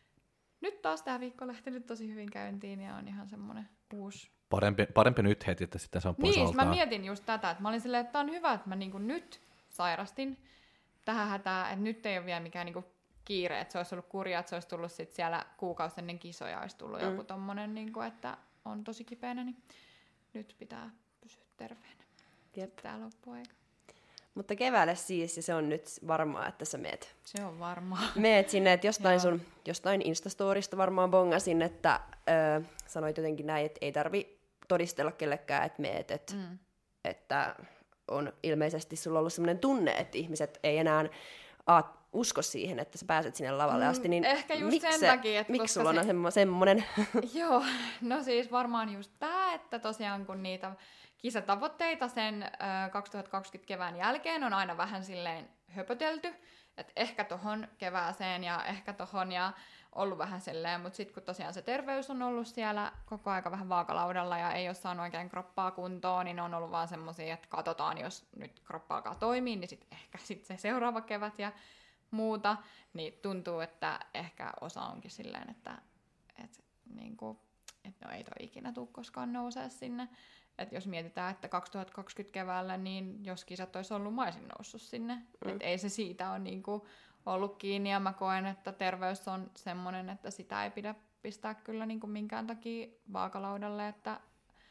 nyt taas tää viikko on lähtenyt tosi hyvin käyntiin ja on ihan semmonen uusi. Parempi, parempi nyt heti, että sitten se on pois Niin, altaa. mä mietin just tätä, että mä olin silleen, että on hyvä, että mä niinku nyt sairastin tähän hätään, että nyt ei ole vielä mikään niinku kiire, että se olisi ollut kurjaa, että se olisi tullut sit siellä kuukausi ennen kisoja, olisi tullut mm. joku tommonen, niin kuin, että on tosi kipeänä, niin nyt pitää pysyä terveenä. Jep. Tää loppuaika. Mutta keväällä siis, ja se on nyt varmaa, että sä meet. Se on varmaa. Meet sinne, että jostain sun, jostain Instastorista varmaan bongasin, että ö, sanoit jotenkin näin, että ei tarvi todistella kellekään, että meet, et, mm. että on ilmeisesti sulla ollut sellainen tunne, että ihmiset ei enää aat, usko siihen, että sä pääset sinne lavalle mm, asti, niin ehkä just miksi, sen takia, että miksi sulla se... on semmo, semmoinen? Joo, no siis varmaan just tää, että tosiaan kun niitä kisatavoitteita sen äh, kaksituhattakaksikymmentä kevään jälkeen on aina vähän silleen höpötelty, että ehkä tohon kevääseen ja ehkä tohon ja ollut vähän silleen, mutta sitten kun tosiaan se terveys on ollut siellä koko aika vähän vaakalaudalla ja ei ole saanut oikein kroppaa kuntoon, niin on ollut vaan semmosia, että katsotaan, jos nyt kroppa alkaa toimia, niin sitten ehkä sit se seuraava kevät ja muuta, niin tuntuu, että ehkä osa onkin silleen, että et, niinku, et no ei toi ikinä tule koskaan nousee sinne. Et jos mietitään, että kaksituhattakaksikymmentä keväällä, niin jos kisat olisi ollut, mä olisin noussut sinne. Mm. Et ei se siitä ole niinku ollut kiinni, ja mä koen, että terveys on semmoinen, että sitä ei pidä pistää kyllä niinku minkään takia vaakalaudalle, että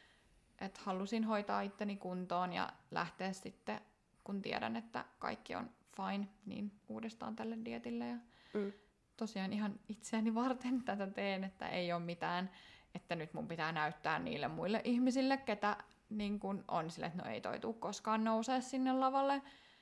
et halusin hoitaa itteni kuntoon ja lähteä sitten, kun tiedän, että kaikki on fine, niin uudestaan tälle dietille. Ja mm. tosiaan ihan itseäni varten tätä teen, että ei ole mitään, että nyt mun pitää näyttää niille muille ihmisille, ketä niin kun on sille, että no ei toi tuu koskaan nousee sinne lavalle,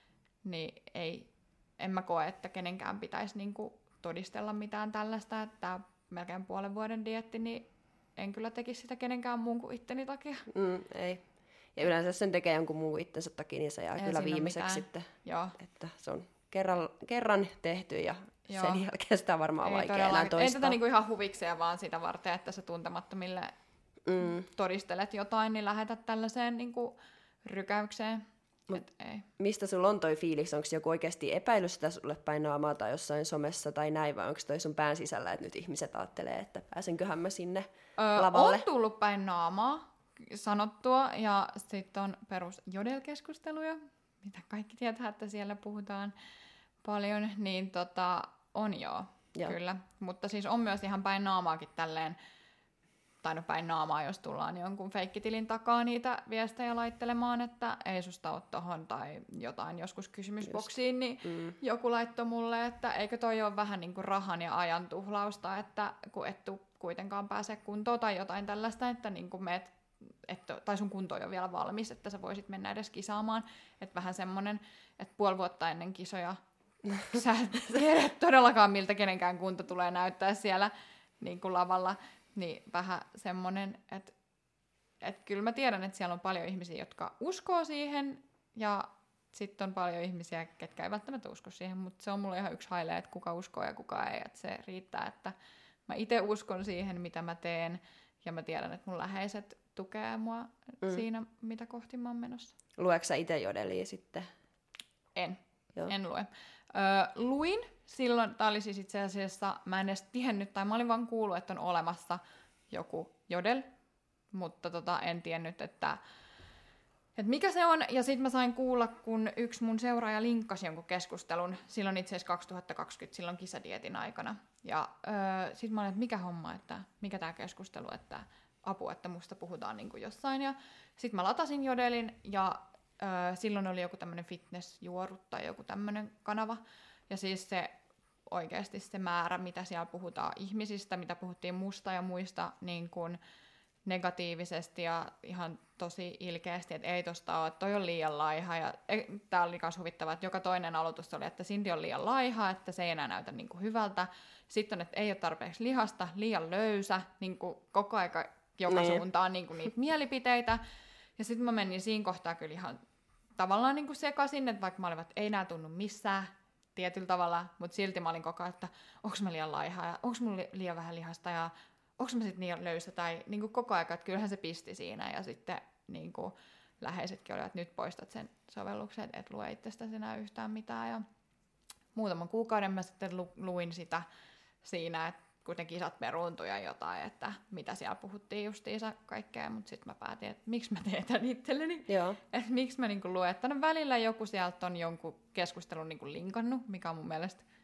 niin ei, en mä koe, että kenenkään pitäisi niin kun todistella mitään tällaista, että tää melkein puolen vuoden dieetti, niin en kyllä tekisi sitä kenenkään muun kuin itteni takia. Mm, ei. Ja yleensä sen tekee jonkun muun itsensä takia, niin se jää ei kyllä viimeiseksi sitten. Joo. Että se on kerran, kerran tehty ja Joo. sen jälkeen sitä on varmaan ei vaikea enää toistaa. Ei tätä niinku ihan huvikseen, vaan sitä varten, että sä tuntemattomille mm. todistelet jotain, niin lähetät tällaiseen niinku rykäykseen. Et ei. Mistä sulla on toi fiilis? Onko joku oikeasti epäily sitä sulle päin naamaa tai jossain somessa tai näin, vai onko toi sun pään sisällä, että nyt ihmiset ajattelee, että pääsenköhän mä sinne öö, lavalle? On tullut päin naamaa sanottua, ja sitten on perus jodel-keskusteluja, mitä kaikki tietää, että siellä puhutaan paljon, niin tota, on joo, joo, kyllä. Mutta siis on myös ihan päin naamaakin tälleen, tai no päin naamaa, jos tullaan jonkun feikkitilin takaa niitä viestejä laittelemaan, että ei susta ole tohon, tai jotain joskus kysymysboksiin, niin mm. joku laittoi mulle, että eikö toi ole vähän niin kuin rahan ja ajan tuhlausta, että kun et tuu kuitenkaan pääse kuntoon tai jotain tällaista, että niin kuin meet, että, tai sun kunto on jo vielä valmis, että sä voisit mennä edes kisaamaan, että vähän semmoinen, että puoli vuotta ennen kisoja sä et tiedä todellakaan, miltä kenenkään kunto tulee näyttää siellä niin kuin lavalla, niin vähän semmoinen, että, että kyllä mä tiedän, että siellä on paljon ihmisiä, jotka uskoo siihen, ja sitten on paljon ihmisiä, ketkä ei välttämättä usko siihen, mutta se on mulle ihan yksi haile, että kuka uskoo ja kuka ei, että se riittää, että mä itse uskon siihen, mitä mä teen, ja mä tiedän, että mun läheiset tukee mua mm. siinä, mitä kohti mä oon menossa. Lueeko sä itse jodelia sitten? En. Joo. En lue. Öö, luin silloin, tää oli siis itse asiassa, mä en edes tiennyt, tai mä olin vaan kuullut, että on olemassa joku jodel, mutta tota, en tiennyt, että, että mikä se on. Ja sit mä sain kuulla, kun yksi mun seuraaja linkkasi jonkun keskustelun, silloin itse asiassa kaksituhattakaksikymmentä, silloin kisadietin aikana. Ja öö, sit mä olin, että mikä homma, että mikä tää keskustelu, että apua, että musta puhutaan niin kuin jossain. Ja sit mä latasin jodelin, ja Öö, silloin oli joku tämmöinen fitnessjuoru tai joku tämmöinen kanava. Ja siis se oikeasti se määrä, mitä siellä puhutaan ihmisistä, mitä puhuttiin musta ja muista niin kuin negatiivisesti ja ihan tosi ilkeästi, että ei tosta ole, että toi on liian laiha. Ja tää oli myös huvittavaa, että joka toinen aloitus oli, että Cindy on liian laiha, että se ei enää näytä niin kuin hyvältä. Sitten on, että ei ole tarpeeksi lihasta, liian löysä, niin kuin koko aika joka niin. suuntaan niin kuin niitä mielipiteitä. Ja sitten mä menin siinä kohtaa kyllä ihan tavallaan niin kuin sekaisin, että vaikka mä olin, että ei nää tunnu missään tietyllä tavalla, mutta silti mä olin koko ajan, että onko mä liian laiha ja onko mulla liian vähän lihasta ja onko mä sitten liian löysä tai niin kuin koko ajan, että kyllähän se pisti siinä ja sitten niin kuin läheisetkin olivat, että nyt poistat sen sovelluksen, että et lue itsestäsi enää yhtään mitään ja muutaman kuukauden mä sitten lu- luin sitä siinä, että kun ne kisat peruuntui ja jotain, että mitä siellä puhuttiin justiinsa kaikkea, mutta sitten mä päätin, että miksi mä teen tämän itselleni. Joo. Että miksi mä niinku luen, että välillä joku sieltä on jonkun keskustelun niinku linkannut, mikä on mun mielestä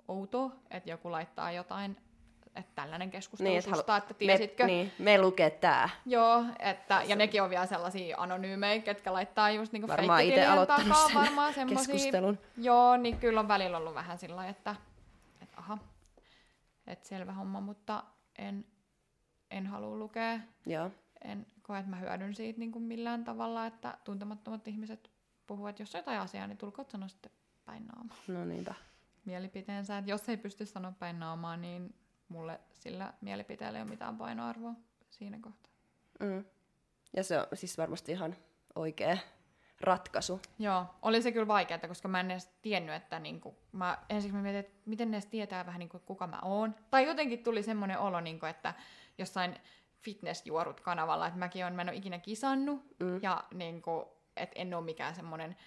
outoa, että joku laittaa jotain, että tällainen keskustelu niin, susta, halu- että tiesitkö? Me, niin, me lukee tää. Joo, että, ja nekin on vielä sellaisia anonyymejä, ketkä laittaa just niinku varmaan itse feikkitilien aloittanut takaa, sen varmaan semmosia. keskustelun. Joo, niin kyllä on välillä ollut vähän sillä lailla, että, että aha, että selvä homma, mutta en, en halua lukea. Joo. En koe, että mä hyödyn siitä niin kuin millään tavalla, että tuntemattomat ihmiset puhuu, että jos on jotain asiaa, niin tulkoot sanoa sitten päin naamaa. No niinpä. Mielipiteensä, että jos ei pysty sanoa päin naamaa, niin mulle sillä mielipiteellä ei ole mitään painoarvoa siinä kohtaa. Mm. Ja se on siis varmasti ihan oikea ratkaisu. Joo, oli se kyllä vaikeaa, koska mä en edes tiennyt, että niinku, mä ensiksi mä mietin, että miten ne edes tietää vähän niinku, kuka mä oon. Tai jotenkin tuli semmoinen olo, niinku, että jossain fitnessjuorut kanavalla, että mäkin on, mä en ole ikinä kisannut, mm. ja niinku, että en ole mikään semmoinen,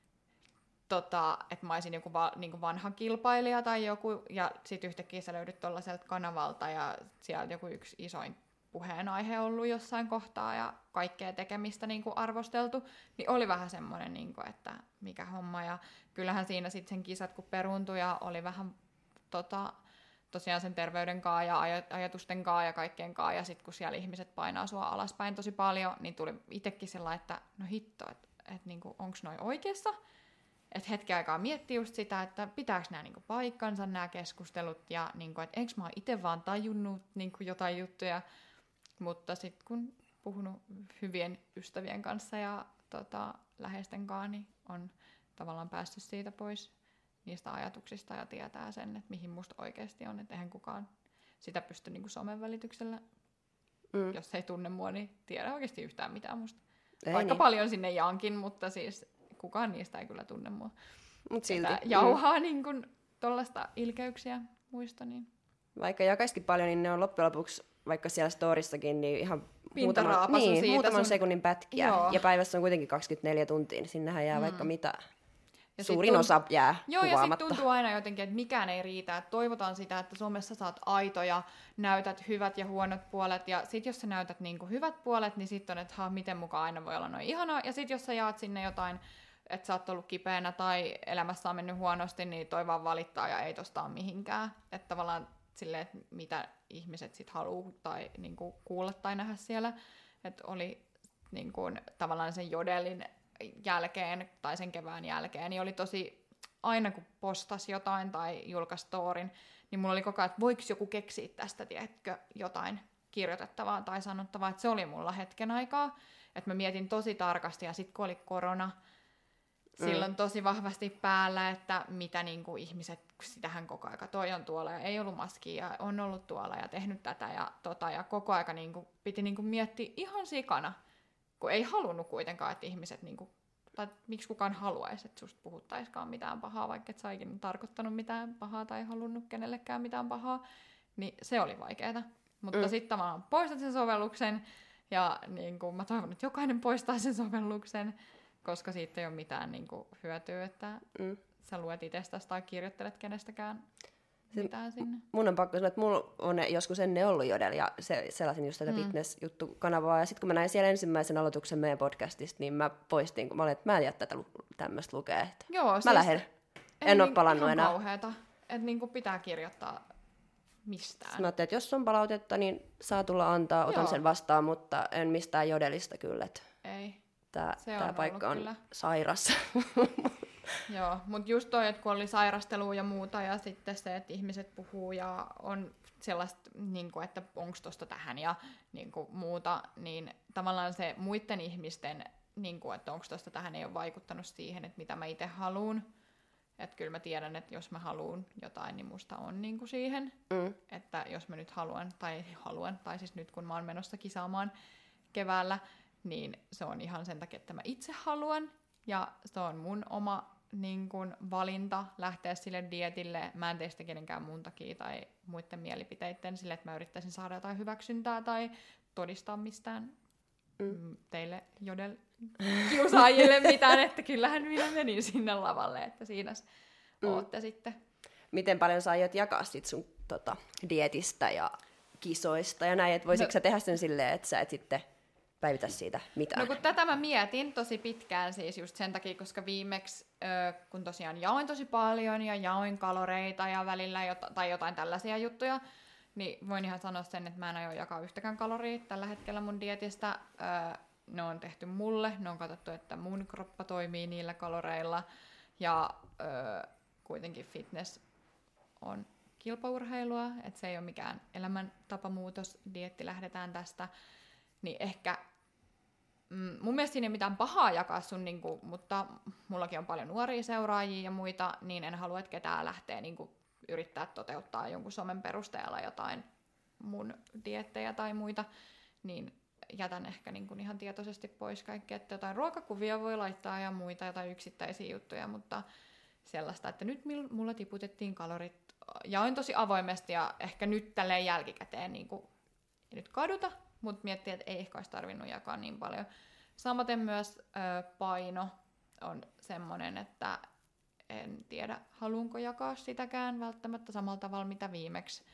tota, että mä olisin joku va, niinku vanha kilpailija tai joku, ja sit yhtäkkiä sä löydyt tollaiselta kanavalta, ja sieltä joku yksi isoin puheenaihe ollut jossain kohtaa, ja kaikkea tekemistä niinku arvosteltu, niin oli vähän semmoinen, niinku, että mikä homma, ja kyllähän siinä sitten sen kisat kun peruuntui, ja oli vähän tota, tosiaan sen terveyden kaa ja aj- ajatusten kaa ja kaikkeen kaa, ja sitten kun siellä ihmiset painaa sua alaspäin tosi paljon, niin tuli itsekin sellainen, että no hitto, että et niinku, onko noi oikeassa? Että hetken aikaa miettii just sitä, että pitääkö nämä niinku paikkansa, nämä keskustelut, ja niinku, että enkö mä oon itse vaan tajunnut niinku jotain juttuja, mutta sitten kun puhunut hyvien ystävien kanssa ja tota, läheisten kanssa, niin on tavallaan päässyt siitä pois niistä ajatuksista ja tietää sen, että mihin musta oikeasti on, että eihän kukaan sitä pysty niinku somen välityksellä, mm. jos ei tunne mua, niin tiedä oikeasti yhtään mitään musta. Ei Vaikka niin. paljon sinne jaankin, mutta siis kukaan niistä ei kyllä tunne mua. Mut silti. Että jauhaa mm. niin kun tollaista ilkeyksiä muista. Niin. Vaikka jakaisikin paljon, niin ne on loppujen lopuksi, vaikka siellä storissakin, niin ihan muutaman, niin, muutaman sun... sekunnin pätkiä. Joo. Ja päivässä on kuitenkin kaksikymmentäneljä tuntia, niin sinnehän jää mm. vaikka mitä. Ja Suurin tunt- osa jää Joo, kuvaamatta. ja sitten tuntuu aina jotenkin, että mikään ei riitä. Että toivotaan sitä, että somessa saat aito ja näytät hyvät ja huonot puolet. Ja sitten jos sä näytät niinku hyvät puolet, niin sitten on, että ha, miten mukaan aina voi olla noin ihanaa. Ja sitten jos sä jaat sinne jotain, että sä oot ollut kipeänä tai elämässä on mennyt huonosti, niin toi vaan valittaa ja ei tosta ole mihinkään. Että tavallaan silleen, että mitä ihmiset sit haluaa tai niinku kuulla tai nähdä siellä. Että oli niinku, tavallaan sen jodelin jälkeen tai sen kevään jälkeen, niin oli tosi, aina kun postasi jotain tai julkaisi storin, niin mulla oli koko ajan, että voiko joku keksiä tästä, tiedätkö, jotain kirjoitettavaa tai sanottavaa, että se oli mulla hetken aikaa, että mä mietin tosi tarkasti, ja sitten kun oli korona, silloin mm. tosi vahvasti päällä, että mitä niin kuin ihmiset, sitähän koko aika toi on tuolla, ja ei ollut maskia, ja on ollut tuolla, ja tehnyt tätä, ja tota, ja koko aika niin kuin, piti niin kuin miettiä ihan sikana, kun ei halunnut kuitenkaan, että ihmiset, niin kuin, tai miksi kukaan haluaisi, että susta puhuttaisikaan mitään pahaa, vaikka et sä ikinä tarkoittanut mitään pahaa tai halunnut kenellekään mitään pahaa, niin se oli vaikeaa. Mutta mm. sitten tavallaan poistat sen sovelluksen, ja niin kuin, mä toivon, että jokainen poistaa sen sovelluksen, koska siitä ei ole mitään niin kuin, hyötyä, että mm. sä luet itsestäsi tai kirjoittelet kenestäkään mitään sinne. Mun on pakko sanoa, että mulla on joskus ennen ollut Jodel ja se, sellaisin just tätä mm. fitness-juttu-kanavaa. Ja sitten kun mä näin siellä ensimmäisen aloituksen meidän podcastista, niin mä poistin, kun mä olin, että mä en jää tätä tämmöistä lukea. Että Joo, mä siis lähden. En ole palannut enää. Kauheeta, että niinku pitää kirjoittaa mistään. Sitten mä ajattelin, että jos on palautetta, niin saa tulla antaa, otan Joo. sen vastaan, mutta en mistään Jodelista kyllä. Ei. Tää, tää paikka on kyllä sairas. Joo, mutta just toi, että kun oli sairastelua ja muuta, ja sitten se, että ihmiset puhuu ja on sellaista, niin kuin, että onko tosta tähän ja niin kuin, muuta, niin tavallaan se muiden ihmisten, niin kuin, että onko tosta tähän, ei ole vaikuttanut siihen, että mitä mä itse haluun. Että kyllä mä tiedän, että jos mä haluun jotain, niin musta on niin kuin siihen. Mm. Että jos mä nyt haluan, tai haluan, tai siis nyt kun mä oon menossa kisaamaan keväällä, niin se on ihan sen takia, että mä itse haluan. Ja se on mun oma niin kun, valinta lähteä sille dietille. Mä en tee sitä kenenkään muun takia tai muiden mielipiteiden sille, että mä yrittäisin saada jotain hyväksyntää tai todistaa mistään mm. teille Jodel kiusaajille mitään, että kyllähän minä menin sinne lavalle, että siinä mm. ootte sitten. Miten paljon sä aiot jakaa sit sun tota, dietistä ja kisoista ja näin, että voisitko no. sä tehdä sen silleen, että sä et sitten päivitä siitä mitään? No kun tätä mä mietin tosi pitkään siis just sen takia, koska viimeksi ö, kun tosiaan jaoin tosi paljon ja jaoin kaloreita ja välillä jota, tai jotain tällaisia juttuja, niin voin ihan sanoa sen, että mä en aio jakaa yhtäkään kaloria tällä hetkellä mun dietistä. Ö, ne on tehty mulle, ne on katsottu, että mun kroppa toimii niillä kaloreilla ja ö, kuitenkin fitness on kilpaurheilua, että se ei ole mikään elämäntapamuutos, dieetti lähdetään tästä, niin ehkä mm, mun mielestä siinä ei mitään pahaa jakaa sun, niin kuin, mutta mullakin on paljon nuoria seuraajia ja muita, niin en halua, että ketään lähtee niin kuin, yrittää toteuttaa jonkun somen perusteella jotain mun dieettejä tai muita, niin jätän ehkä niin kuin ihan tietoisesti pois kaikkea, että jotain ruokakuvia voi laittaa ja muita, jotain yksittäisiä juttuja, mutta sellaista, että nyt mulla tiputettiin kalorit, jaoin tosi avoimesti ja ehkä nyt tälleen jälkikäteen niin kuin, ei nyt kaduta, mutta miettii, että ei ehkä olisi tarvinnut jakaa niin paljon. Samaten myös ö, paino on semmoinen, että en tiedä, haluanko jakaa sitäkään välttämättä samalla tavalla mitä viimeksi,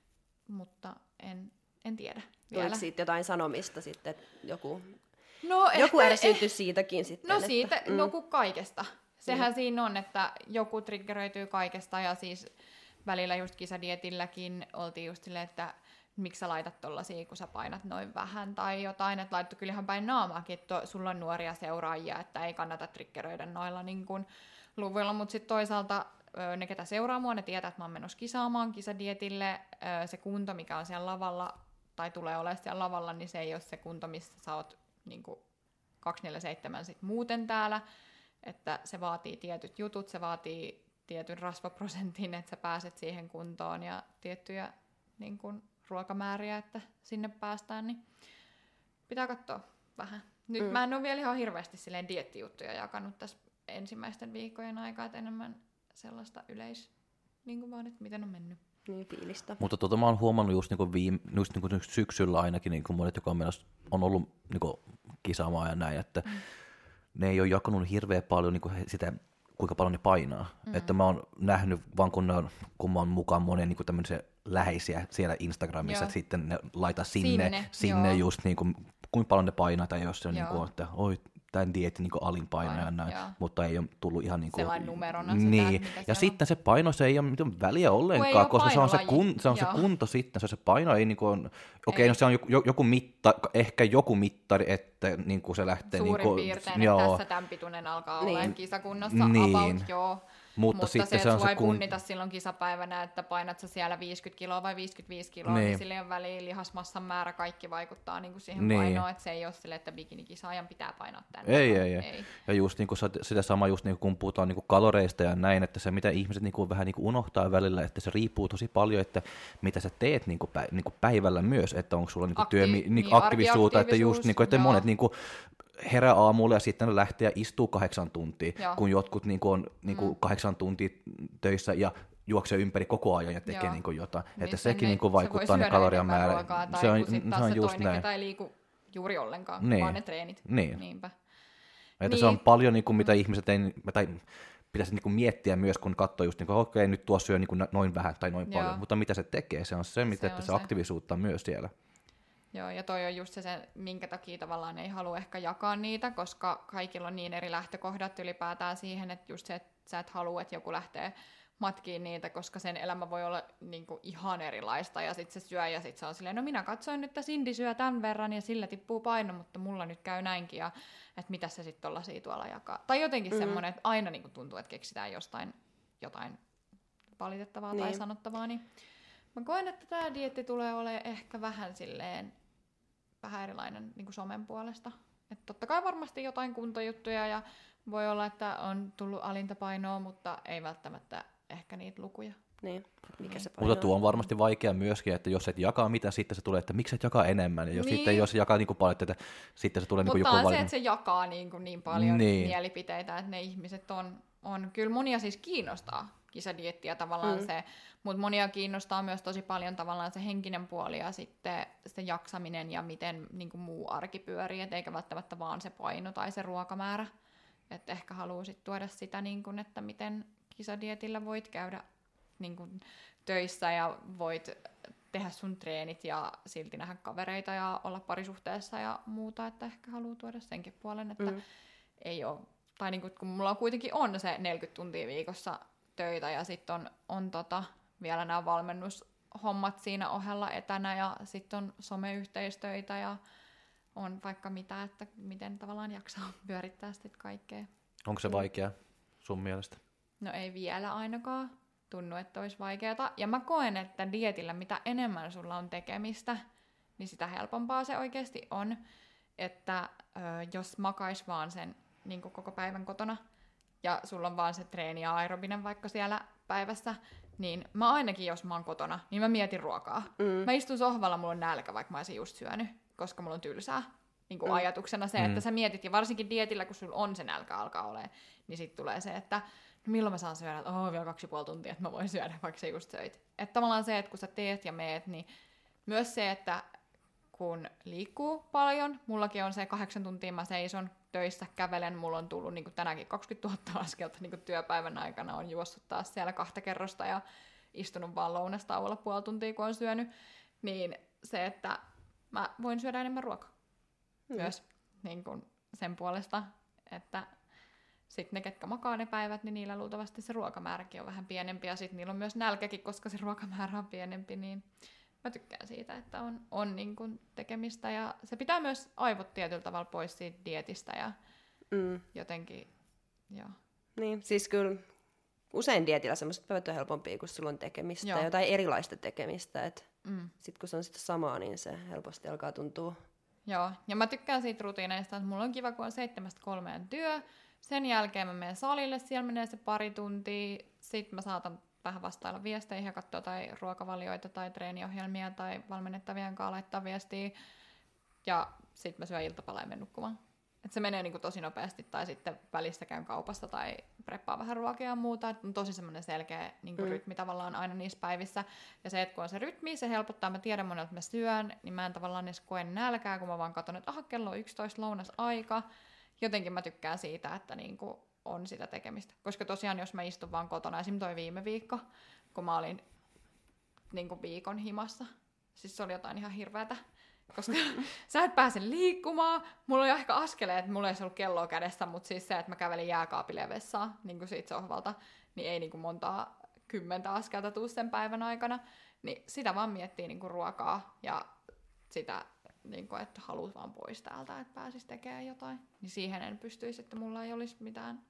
mutta en, en tiedä vielä. Tuliko siitä jotain sanomista sitten, että joku, no, joku ehkä, ärsyntyi eh, siitäkin sitten? No että, siitä, mm. no kun kaikesta. Sehän Mm. siinä on, että joku triggeröityy kaikesta ja siis välillä just kisadietilläkin oltiin just silleen, että miksi sä laitat tollasia, kun sä painat noin vähän tai jotain, että laittu kyllä ihan päin naamaakin, että sulla on nuoria seuraajia, että ei kannata triggeröidä noilla niin kuin luvuilla, mutta sitten toisaalta ne, ketä seuraa mua, ne tietää, että mä oon menossa kisaamaan kisadietille, se kunto, mikä on siellä lavalla tai tulee olemaan siellä lavalla, niin se ei ole se kunto, missä sä oot niin kuin kaksikymmentäneljä seitsemän sit muuten täällä, että se vaatii tietyt jutut, se vaatii tietyn rasvaprosentin, että sä pääset siihen kuntoon ja tiettyjä niin kun, ruokamääriä, että sinne päästään, niin pitää katsoa vähän. Nyt mm. mä en ole vielä ihan hirveästi silleen dieettijuttuja jakanut tässä ensimmäisten viikkojen aikaa, että enemmän sellaista yleis, niin kuin vaan, että miten on mennyt. Niin, fiilistä. Mutta tota mä oon huomannut just, niinku viime, just niinku syksyllä ainakin, niinku monet, jotka on, menossa, on ollut niinku kisaamaan ja näin, että mm. ne ei ole jakanut hirveän paljon niinku sitä, kuinka paljon ne painaa. Mm. Että mä oon nähnyt vaan, kun, ne on, kun mä oon mukaan monen niinku tämmöisiä läheisiä siellä Instagramissa, että sitten ne laita sinne, sinne, sinne just niinku, kuinka paljon ne painaa, tai jos se on niinku, että oi, tämän dieetin niinku alinpaino ja näin, mutta ei ole tullut ihan niinku... Sellainen numerona sitä, niin. Ja sitten se paino, se ei ole mitään väliä ollenkaan, koska se on, se, kun, se on se kunto sitten, se, se paino ei niinku on... Okei, okay, no se on joku, joku mitta, ehkä joku mittari, että niinku se lähtee... Suurin niinku, piirtein, joo. että tässä tämän pituinen alkaa niin. olla kisakunnossa niin. about, joo. Mutta, Mutta sitten se, että se on sua se ei kun... punnita silloin kisapäivänä, että painat sä siellä viisikymmentä kiloa vai viisikymmentäviisi kiloa, niin, niin sillä ei ole väliä, lihasmassan määrä, kaikki vaikuttaa niin kuin siihen niin. painoon, että se ei ole silleen, että bikinikisaajan pitää painaa tänne. Ei, ei, ei, ei. Ja just niin kuin sitä sama, just niin kuin kun puhutaan niin kuin kaloreista ja näin, että se mitä ihmiset niin kuin vähän niin kuin unohtaa välillä, että se riippuu tosi paljon, että mitä sä teet niin kuin päivällä, niin kuin päivällä myös, että onko sulla niin kuin Akti- työ, niin, niin aktiivisuutta, että just niin kuin, että monet niin kuin, herää aamulla ja sitten lähtee ja istuu kahdeksan tuntia, Joo. kun jotkut niin kuin, on niin kuin mm. kahdeksan tuntia töissä ja juoksee ympäri koko ajan ja tekee niin kuin jotain. Niin että sekin ne, niin kuin vaikuttaa ne kalorian määrä. Se on, se on just näin. Tai ei liiku juuri ollenkaan, niin. vaan ne treenit. Niin. Niinpä. Että niin. se on paljon, niin kuin, mitä mm. ihmiset ei, tai pitäisi niin kuin miettiä myös, kun katsoo just, niin kuin, okei, okay, nyt tuo syö niin kuin noin vähän tai noin Joo. paljon, mutta mitä se tekee, se on se, mitä, se että on se, se aktiivisuutta on myös siellä. Joo, ja toi on just se, se, minkä takia tavallaan ei halua ehkä jakaa niitä, koska kaikilla on niin eri lähtökohdat ylipäätään siihen, että just se, että sä et halua, että joku lähtee matkiin niitä, koska sen elämä voi olla niin kuin ihan erilaista, ja sitten se syö, ja sitten se on silleen, no minä katsoin, että Cindy syö tämän verran, ja sillä tippuu paino, mutta mulla nyt käy näinkin, ja että mitä se sitten tollasia tuolla jakaa. Tai jotenkin mm. semmoinen, että aina niin kuin tuntuu, että keksitään jostain jotain valitettavaa niin. tai sanottavaa, niin mä koen, että tämä dieetti tulee olemaan ehkä vähän silleen, vähän erilainen niin kuin somen puolesta. Että totta kai varmasti jotain kuntojuttuja ja voi olla, että on tullut alintapainoa, mutta ei välttämättä ehkä niitä lukuja. Niin, mikä niin. se paino Mutta tuo on varmasti vaikea myöskin, että jos et jakaa mitä, sitten se tulee, että miksi et jakaa enemmän. Ja jos, niin. sitten, jos jakaa niin kuin paljon, että sitten se tulee niin kuin joku valin. Mutta on se, valin... että se jakaa niin, kuin niin paljon niin. mielipiteitä, että ne ihmiset on, on kyllä monia siis kiinnostaa kisadieettiä tavallaan mm. se, mutta monia kiinnostaa myös tosi paljon tavallaan se henkinen puoli ja sitten se jaksaminen ja miten niin kuin muu arki pyörii, et eikä välttämättä vaan se paino tai se ruokamäärä. Että ehkä haluaa sit tuoda sitä, niin kuin, että miten kisadietillä voit käydä niin kuin töissä ja voit tehdä sun treenit ja silti nähdä kavereita ja olla parisuhteessa ja muuta, että ehkä haluaa tuoda senkin puolen, että mm. ei ole, tai niinku, kun mulla kuitenkin on se neljäkymmentä tuntia viikossa töitä ja sitten on, on tota, vielä nämä valmennushommat siinä ohella etänä ja sitten on someyhteistöitä ja on vaikka mitä, että miten tavallaan jaksaa pyörittää sitten kaikkea. Onko se vaikea sun mielestä? No ei vielä ainakaan tunnu, että olisi vaikeaa. Ja mä koen, että dietillä mitä enemmän sulla on tekemistä, niin sitä helpompaa se oikeasti on. Että ö, jos makais vaan sen niin koko päivän kotona ja sulla on vaan se treeni ja aerobinen vaikka siellä päivässä, niin mä ainakin, jos mä oon kotona, niin mä mietin ruokaa. Mm. Mä istun sohvalla, mulla on nälkä, vaikka mä olisin just syönyt, koska mulla on tylsää. Niin kuin mm. ajatuksena se, että mm. sä mietit, ja varsinkin dietillä, kun sulla on se nälkä alkaa olemaan, niin sitten tulee se, että no milloin mä saan syödä, että oh, vielä kaksi ja puoli tuntia, että mä voin syödä, vaikka sä just söit. Että tavallaan se, että kun sä teet ja meet, niin myös se, että kun liikkuu paljon, mullakin on se kahdeksan tuntia, mä seison töissä, kävelen, mulla on tullut niin kuin tänäkin kaksikymmentätuhatta askelta niin kuin työpäivän aikana, on juossut taas siellä kahta kerrosta ja istunut vaan lounastauolla puoli tuntia, kun on syönyt, niin se, että mä voin syödä enemmän ruokaa. Mm. Myös niin kuin sen puolesta, että sitten ne, ketkä makaa ne päivät, niin niillä luultavasti se ruokamääräkin on vähän pienempi, ja sitten niillä on myös nälkäkin, koska se ruokamäärä on pienempi, niin mä tykkään siitä, että on, on niin kuin tekemistä, ja se pitää myös aivot tietyllä tavalla pois siitä dietistä, ja mm. jotenkin, joo. Niin, siis kyllä usein dietillä semmoiset päivät on helpompia, kun sulla on tekemistä, joo. jotain erilaista tekemistä, että mm. sitten kun se on sitä samaa, niin se helposti alkaa tuntua. Joo, ja mä tykkään siitä rutiineista, että mulla on kiva, kun on seitsemästä kolmeen työ. Sen jälkeen mä menen salille, siellä menee se pari tuntia. Sitten mä saatan vähän vastailla viesteihin ja katsoa tai ruokavalioita tai treeniohjelmia tai valmennettavien kanssa laittaa viestiä. Ja sitten mä syön iltapalaa ja menen nukkumaan. Et se menee niinku tosi nopeasti, tai sitten välistä käyn kaupassa tai preppaa vähän ruokia ja muuta. Et on tosi semmoinen selkeä niinku mm. rytmi tavallaan aina niissä päivissä. Ja se, että kun on se rytmi, se helpottaa. Mä tiedän monelta, että mä syön, niin mä en tavallaan edes koe nälkää, kun mä vaan katson, että aha, kello on yksitoista lounasaika. Jotenkin mä tykkään siitä, että niinku on sitä tekemistä. Koska tosiaan, jos mä istun vaan kotona, esimerkiksi toi viime viikko, kun mä olin niinku viikon himassa, siis se oli jotain ihan hirveätä. Koska sä et pääse liikkumaan. Mulla oli ehkä askeleet, mulla ei ollut kelloa kädessä, mutta siis se, että mä kävelin jääkaapille ja vessaan niin kuin siitä sohvalta, niin ei niin kuin montaa kymmentä askelta tuu sen päivän aikana. Niin sitä vaan miettii niin kuin ruokaa ja sitä, niin kuin, että haluat vaan pois täältä, että pääsis tekemään jotain. Niin siihen en pystyisi, että mulla ei olisi mitään.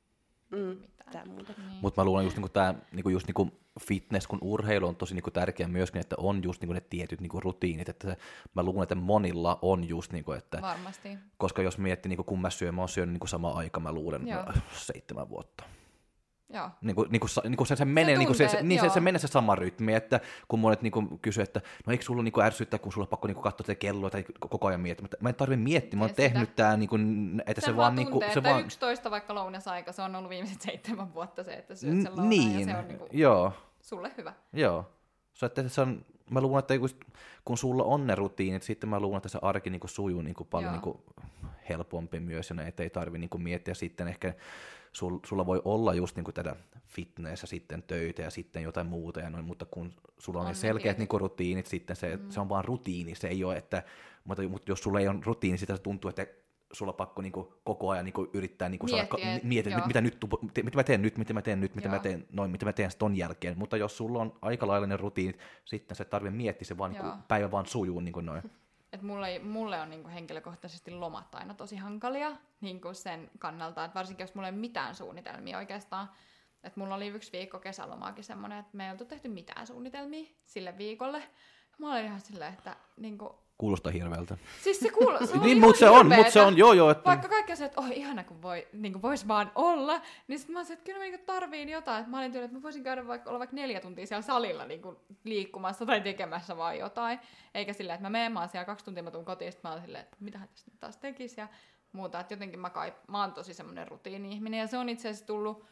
Mm, niin. Mutta mä luulen just niinku tää niinku just niinku fitness kun urheilu on tosi niinku tärkeä myöskin, että on just niinku ne tietyt niinku rutiinit, että se, mä luulen, että monilla on just niinku, että varmasti. Koska jos miettii niinku kun mä syön, mä oon syönyt niinku sama aika, mä luulen no, seitsemän vuotta. Joo. Niinku, niinku, niinku se, se, menee, se, niinku se, se, niin se, se menee se sama rytmi, että kun monet niinku kysyy, että no eikö sulla niinku ärsyttää, kun sulla on pakko niinku katsoa tätä kelloa tai koko ajan miettiä, mutta mä en tarvitse miettiä, mä oon tehnyt tää, niinku, että se, se vaan... Niinku, se vaan yksitoista vaikka lounasaika, se on ollut viimeiset seitsemän vuotta se, että syöt sen lounaan niin, ja se on niinku joo. sulle hyvä. Joo. Se, että se on, mä luulen, että kun sulla on ne rutiinit, sitten mä luulen, että se arki niinku sujuu niinku paljon niinku helpompi myös, ja että ei tarvitse niinku miettiä sitten ehkä... Sul, sulla voi olla just niinku tätä fitness ja sitten töitä ja sitten jotain muuta, ja noin, mutta kun sulla on, on ne selkeät niinku rutiinit, sitten se, mm. se on vaan rutiini, se ei ole, että, mutta, mutta jos sulla ei ole rutiini, sitä se tuntuu, että sulla on pakko niinku koko ajan niinku yrittää niinku miettiä, saada, miettiä mit, mitä, nyt, mitä mä teen nyt, mitä mä teen nyt, mitä joo. mä teen noin, mitä mä teen ton jälkeen, mutta jos sulla on aika lailla ne rutiinit, sitten se tarvitsee miettiä, se vaan niinku, päivä vaan sujuu niinku noin. Et mulle, mulle on niinku henkilökohtaisesti lomat aina tosi hankalia niinku sen kannalta, että varsinkin jos mulla ei ole mitään suunnitelmia oikeastaan. Et mulla oli yksi viikko kesälomaakin semmoinen, että me ei oltu tehty mitään suunnitelmia sille viikolle. Mä olin ihan silleen, että niinku... Kuulostaa hirveältä. Siis se kuulostaa, se on niin, mutta se on, mutta se on, joo joo. Että... Vaikka kaikki on se, että oh ihana kun voi, niin vois vaan olla, niin sit mä olin se, että kyllä mä niin tarviin jotain. Että mä olin tyyli, että mä voisin käydä vaikka, olla vaikka neljä tuntia siellä salilla niin liikkumassa tai tekemässä vaan jotain. Eikä silleen, että mä menen, mä oon siellä kaksi tuntia, mä tuun kotiin, sit mä olin silleen, että mitähän tästä nyt taas tekis ja muuta. Että jotenkin mä, kai, mä oon tosi semmonen rutiini-ihminen ja se on itse asiassa tullut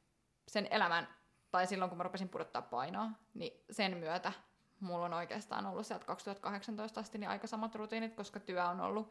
sen elämän, tai silloin kun mä rupesin pudottaa painoa, niin sen myötä mulla on oikeastaan ollut sieltä kaksituhattakahdeksantoista asti niin aika samat rutiinit, koska työ on ollut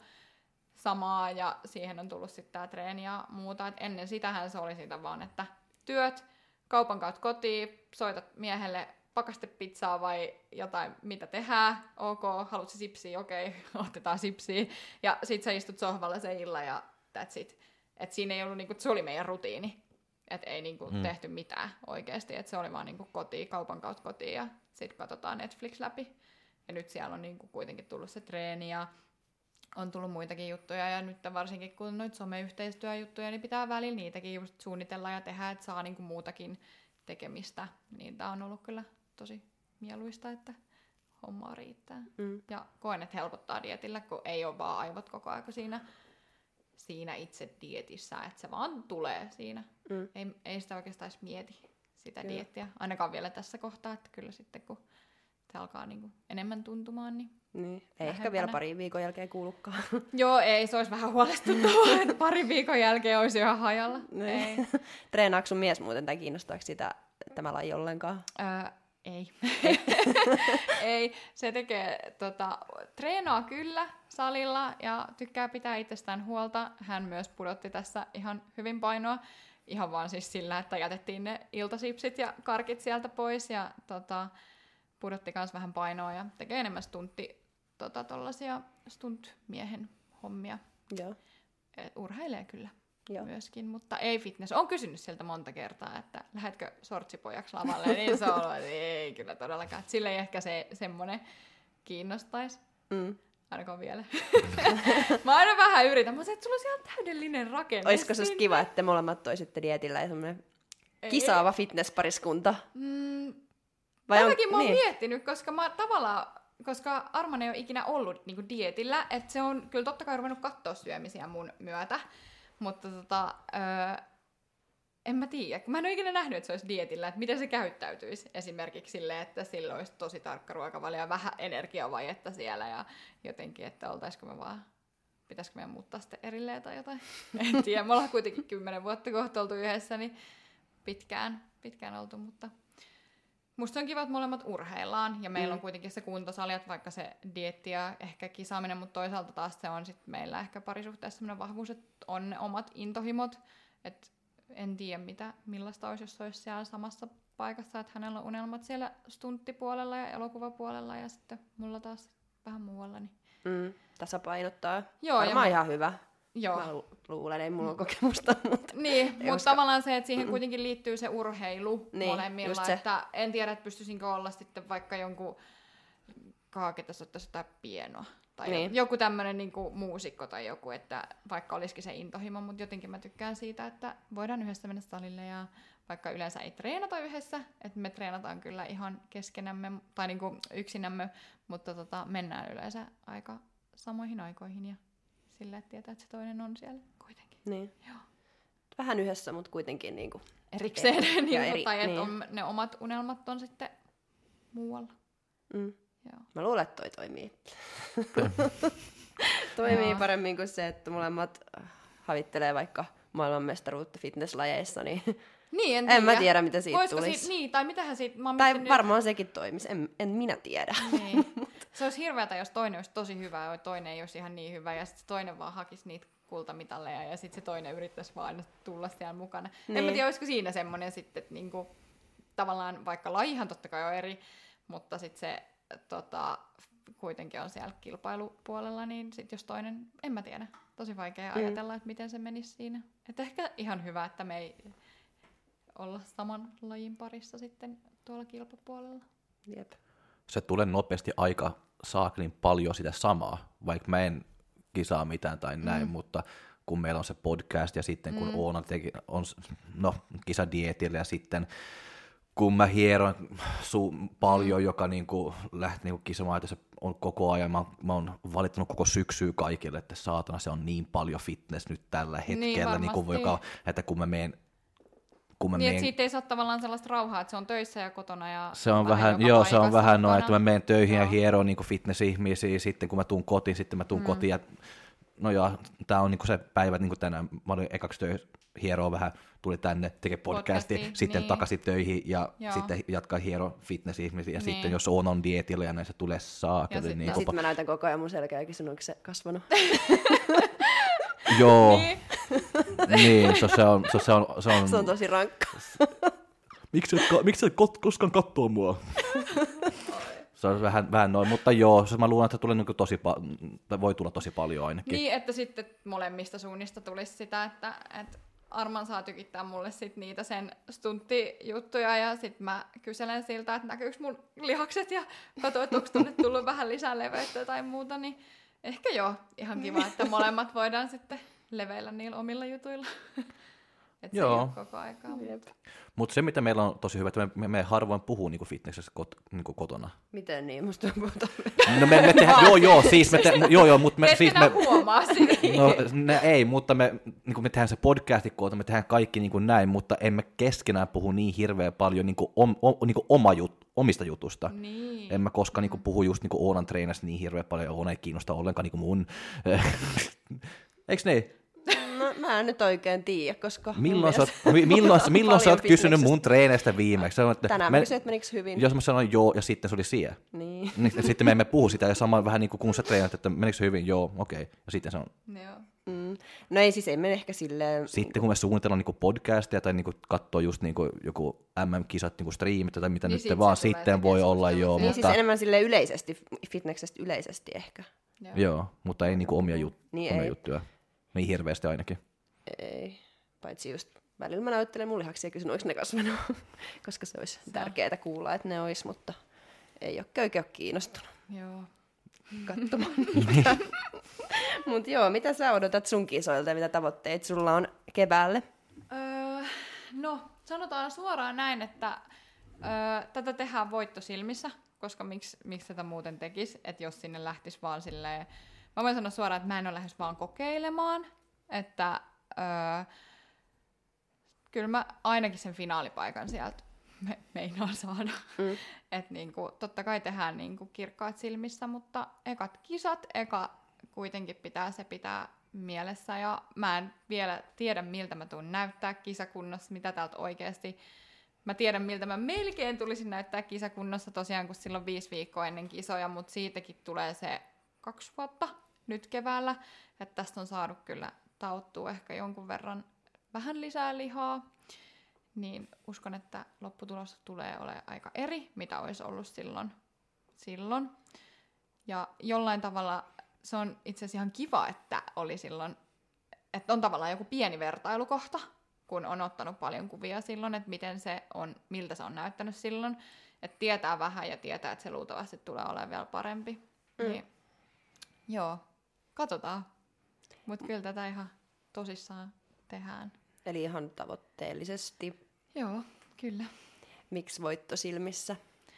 samaa ja siihen on tullut sitten tää treeni ja muuta. Et ennen sitähän se oli sitä vaan, että työt, kaupan kautta kotiin, soitat miehelle pakastepizzaa vai jotain, mitä tehdään, ok, haluatko sipsiä, okei, okay, otetaan sipsiä, ja sit sä istut sohvalla se illan ja that's it. Et siinä ei ollut, niinku, se oli meidän rutiini, että ei niinku, mm. tehty mitään oikeasti, että se oli vaan niinku, kotiin, kaupan kautta kotiin, ja sit katsotaan Netflix läpi. Ja nyt siellä on niinku, kuitenkin tullut se treeni, ja on tullut muitakin juttuja, ja nyt varsinkin kun noita someyhteistyöjuttuja, niin pitää välillä niitäkin just suunnitella ja tehdä, että saa niinku, muutakin tekemistä, niin tää on ollut kyllä tosi mieluista, että hommaa riittää. Mm. Ja koen, että helpottaa dietillä, kun ei ole vaan aivot koko ajan siinä, siinä itse dietissä, että se vaan tulee siinä. Mm. Ei, ei sitä oikeastaan edes mieti, sitä kyllä. diettiä. Ainakaan vielä tässä kohtaa, että kyllä sitten kun se alkaa niinku enemmän tuntumaan, niin niin. Ei ehkä vielä parin viikon jälkeen kuulukaan. Joo, ei, se olisi vähän huolestuttavaa, että parin viikon jälkeen olisi ihan hajalla. Ei. Treenaako sun mies muuten tai kiinnostaako sitä tämä laji ollenkaan? Öö, ei. ei. Se tekee, tota, treenaa kyllä salilla ja tykkää pitää itsestään huolta. Hän myös pudotti tässä ihan hyvin painoa. Ihan vaan siis sillä, että jätettiin ne iltasipsit ja karkit sieltä pois ja tota, pudotti myös vähän painoa ja tekee enemmän stuntti, tota, tollasia stunt-miehen hommia. Joo. Et urheilee kyllä. Joo. Myöskin, mutta ei fitness. Olen kysynyt sieltä monta kertaa, että lähetkö sortsipojaksi lavalle, niin se on ollut, että ei kyllä todellakaan. Että sille ei ehkä se semmoinen kiinnostaisi, mm. ainakaan vielä. Mä aina vähän yritän, mä sanoin, että sulla olisi ihan täydellinen rakenne. Olisiko se kiva, että te molemmat toisitte dietillä ja semmoinen kisaava fitnesspariskunta? Mm, tämäkin on, mä oon niin. miettinyt, koska mä tavallaan, koska Arman ei ole ikinä ollut niinku dietillä, että se on kyllä totta kai ruvennut katsoa syömisiä mun myötä. Mutta tota, öö, en mä tiedä, mä en ole ikinä nähnyt, että se olisi dietillä, että miten se käyttäytyisi esimerkiksi silleen, että sillä olisi tosi tarkka ruokavalio ja vähän energiavajetta siellä ja jotenkin, että oltaisiko me vaan, pitäisikö meidän muuttaa sitten erilleen tai jotain. En tiedä, me ollaan kuitenkin kymmenen vuotta kohta oltu yhdessä, niin pitkään, pitkään oltu, mutta musta on kiva, että molemmat urheillaan ja meillä mm. on kuitenkin se kuntosali, että vaikka se dieetti ja ehkä kisaaminen, mutta toisaalta taas se on sitten meillä ehkä parisuhteessa sellainen vahvuus, että on ne omat intohimot, että en tiedä mitä, millaista olisi, jos olisi siellä samassa paikassa, että hänellä on unelmat siellä stunttipuolella ja elokuvapuolella ja sitten mulla taas vähän muualla. Niin. Mm, tasapainottaa. Joo, varmaan mä... ihan hyvä. Joo. Mä luulen, ei mulla ole kokemusta. Mutta niin, mutta usko... tavallaan se, että siihen kuitenkin liittyy se urheilu niin, molemmilla. Että en tiedä, että pystyisinkö olla sitten vaikka jonkun kaaketa soittaisi jotain pienoa. Tai niin. joku tämmöinen niinku muusikko tai joku, että vaikka olisikin se intohimo, mutta jotenkin mä tykkään siitä, että voidaan yhdessä mennä salille ja vaikka yleensä ei treenata yhdessä, että me treenataan kyllä ihan keskenämme tai niinku yksinämme, mutta tota, mennään yleensä aika samoihin aikoihin ja sillä, että tietää, että se toinen on siellä kuitenkin. Niin. Joo. Vähän yhdessä, mutta kuitenkin niinku erikseen, eri, niin, eri, tai että niin. ne omat unelmat on sitten muualla. Mm. Joo. Mä luulen, että toi toimii. toimii paremmin kuin se, että molemmat havittelee vaikka maailmanmestaruutta fitnesslajeissa, niin niin, en, en mä tiedä, mitä siitä Voisiko tulisi. Siitä, niin, tai mitähän siitä... Mä tai miettinyt... varmaan sekin toimisi, en, en minä tiedä. Niin. Se olisi hirveätä, jos toinen olisi tosi hyvä ja toinen ei olisi ihan niin hyvä, ja sitten toinen vaan hakisi niitä kultamitalleja, ja sitten se toinen yrittäisi vaan aina tulla siellä mukana. Niin. En mä tiedä, olisiko siinä semmoinen sitten, että niinku, tavallaan vaikka lajihan totta kai on eri, mutta sitten se tota, kuitenkin on siellä kilpailupuolella, niin sitten jos toinen, en mä tiedä, tosi vaikea mm. ajatella, että miten se menisi siinä. Että ehkä ihan hyvä, että me ei olla saman lajin parissa sitten tuolla kilpapuolella. Jep. Se tulee nopeasti aika saaklin paljon sitä samaa, vaikka mä en kisaa mitään tai näin, mm. mutta kun meillä on se podcast ja sitten kun mm. Oona teki, on no, kisadietillä ja sitten kun mä hieron su- paljon, mm. joka niinku lähti niinku kisamaan, että se on koko ajan, mä, mä oon valittanut koko syksyä kaikille, että saatana se on niin paljon fitness nyt tällä hetkellä, niin, niinku, joka, että kun mä menen Kun mä niin, meen... siitä ei saa tavallaan sellaista rauhaa, että se on töissä ja kotona ja se on vähän, joo, se on vähän noin, että mä menen töihin joo. ja hieroon niin fitness-ihmisiä, sitten kun mä tuun kotiin, sitten mä tuun mm. kotiin ja no joo, tää on niin se päivä niin tänään, mä olin ekaksi töihin, hieroa vähän, tuli tänne, tekee podcastia, Podcasti, sitten niin. takaisin töihin ja joo. sitten jatkaa hieroa fitness-ihmisiä ja niin. sitten jos on on dietillä ja näin se tulee saakeli. Ja niin sitten sit mä näytän koko ajan mun selkääkin, sun onko se kasvanut? Joo, niin, niin se, se, on, se, se, on, se, on, se on tosi rankka. Miksi et, ka- miksi et kot- koskaan kattoo mua? Se on vähän, vähän noin, mutta joo, se mä luulen, että tulee niin tosi pa- voi tulla tosi paljon ainakin. Niin, että sitten molemmista suunnista tulisi sitä, että, että Arman saa tykittää mulle sit niitä sen stunttijuttuja ja sitten mä kyselen siltä, että näkyykö mun lihakset ja katso, että onko tuonne tullut vähän lisää leveyttä tai muuta, niin ehkä joo, ihan kiva, että molemmat voidaan sitten leveillä niillä omilla jutuilla. Että se ei ole koko aikaa. Mutta se, mitä meillä on tosi hyvä, että me, me harvoin puhuu niinku fitnessessä kot, niinku kotona. Miten niin? Musta puhutaan. No me, me tehdään, joo joo, siis me, te, joo, joo, mutta me, Te siis me, huomaa sitä. no ne, ei, mutta me, niinku me tehdään se podcasti kotona, me tehdään kaikki niinku näin, mutta emme keskenään puhu niin hirveän paljon niinku, om, om, niinku oma jut, omista jutusta. Niin. En mä koskaan niinku puhu just niinku Oolan treenasta niin hirveän paljon, Oona ei kiinnosta ollenkaan niinku mun. Eiks niin? No, mä en nyt oikein tiedä, koska... Milloin sä oot, milloin, milloin sä oot kysynyt mun treeneistä viimeksi? Sanoin, että tänään mä kysyin, että menikö hyvin. Jos mä sanoin joo, ja sitten se oli siellä. Niin. Niin, sitten me emme puhu sitä, ja sama vähän niin kuin kun sä treenat, että menikö se hyvin, joo, okei. Okay. Ja sitten se on... Joo. Mm. No ei siis, ei mene ehkä silleen... Sitten kun me suunnitellaan niin podcastia tai niin katsoo just niin joku M M-kisat, niin striimit tai mitä niin nyt sit vaan, se sitten voi olla joo. Niin mutta... siis enemmän silleen yleisesti, fitneksestä yleisesti ehkä. Joo. Joo, mutta ei niin kuin omia, jut... Niin omia ei. juttuja. Niin hirveästi ainakin. Ei, paitsi just välillä mä näyttelen mun lihaksia ja kysyn, olis ne kasvanut, koska se olisi tärkeää kuulla, että ne olisi, mutta ei ole oikein ole kiinnostunut Joo. katsomaan mitään. Mutta joo, mitä sä odotat sun kisoilta ja mitä tavoitteet sulla on keväälle? Öö, no, sanotaan suoraan näin, että öö, tätä tehdään voittosilmissä, koska miksi, miksi tätä muuten tekisi, että jos sinne lähtisi vaan silleen, mä voin sanoa suoraan, että mä en ole lähes vaan kokeilemaan, että öö, kyllä mä ainakin sen finaalipaikan sieltä me, meinaan saada. Mm. Että niinku, totta kai tehdään niinku kirkkaat silmissä, mutta ekat kisat, eka kuitenkin pitää se pitää mielessä. Ja mä en vielä tiedä, miltä mä tuun näyttää kisakunnossa, mitä täältä oikeasti. Mä tiedän, miltä mä melkein tulisin näyttää kisakunnossa tosiaan, kun silloin viisi viikkoa ennen kisoja, mutta siitäkin tulee se kaksi vuotta nyt keväällä. Että tästä on saanut kyllä tauttua ehkä jonkun verran vähän lisää lihaa. Niin uskon, että lopputulos tulee olemaan aika eri, mitä olisi ollut silloin. silloin. Ja jollain tavalla se on itse asiassa ihan kiva, että oli silloin, että on tavallaan joku pieni vertailukohta, kun on ottanut paljon kuvia silloin, että miten se on, miltä se on näyttänyt silloin. Että tietää vähän ja tietää, että se luultavasti tulee olemaan vielä parempi. Mm. Niin, joo, katsotaan. Mutta kyllä tätä ihan tosissaan tehdään. Eli ihan tavoitteellisesti. Joo, kyllä. Miksi voitto silmissä?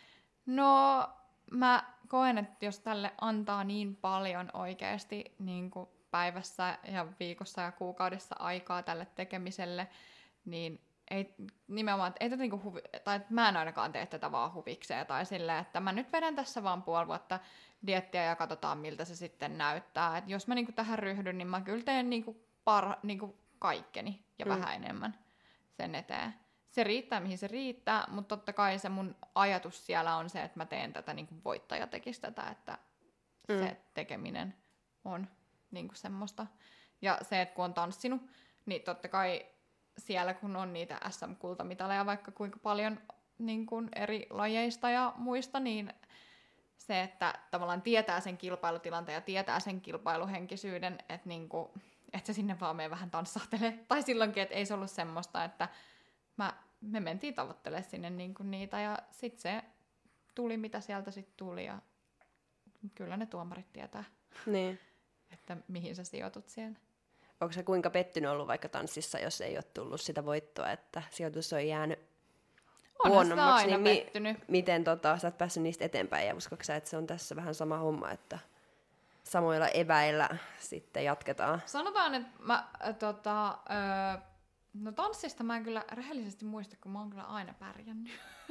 No, mä koen, että jos tälle antaa niin paljon oikeasti niin kuin päivässä ja viikossa ja kuukaudessa aikaa tälle tekemiselle, niin ei nimenomaan, että ei tätä niinku huvi, tai että mä en ainakaan tee tätä vaan huvikseen, tai silleen, että mä nyt vedän tässä vaan puoli vuotta diettiä ja katsotaan, miltä se sitten näyttää. Et jos mä niinku tähän ryhdyn, niin mä kyllä teen niinku parha, niinku kaikkeni ja mm. vähän enemmän sen eteen. Se riittää, mihin se riittää, mutta totta kai se mun ajatus siellä on se, että mä teen tätä niin kuin voittaja tekisi tätä, että mm. se tekeminen on niin kuin semmoista. Ja se, että kun on tanssinut, niin totta kai siellä kun on niitä S M-kultamitaleja vaikka kuinka paljon niin kuin eri lajeista ja muista, niin se, että tavallaan tietää sen kilpailutilanteen ja tietää sen kilpailuhenkisyyden, että, niin kuin, että se sinne vaan menee vähän tanssahtelee. Tai silloinkin, että ei se ollut semmoista, että mä, me mentiin tavoittelemaan sinne niin kuin niitä ja sitten se tuli, mitä sieltä sitten tuli ja kyllä ne tuomarit tietää, niin. että mihin sä sijoitut siellä. Onko se kuinka pettynyt ollut vaikka tanssissa, jos ei ole tullut sitä voittoa, että sijoitus on jäänyt huonommaksi? Aina niin pettynyt. Mi- miten tota, sä oot päässyt niistä eteenpäin ja uskotko sä, että se on tässä vähän sama homma, että samoilla eväillä sitten jatketaan? Sanotaan, että mä äh, tota, äh, no tanssista mä en kyllä rehellisesti muista, kun mä oon kyllä aina pärjännyt.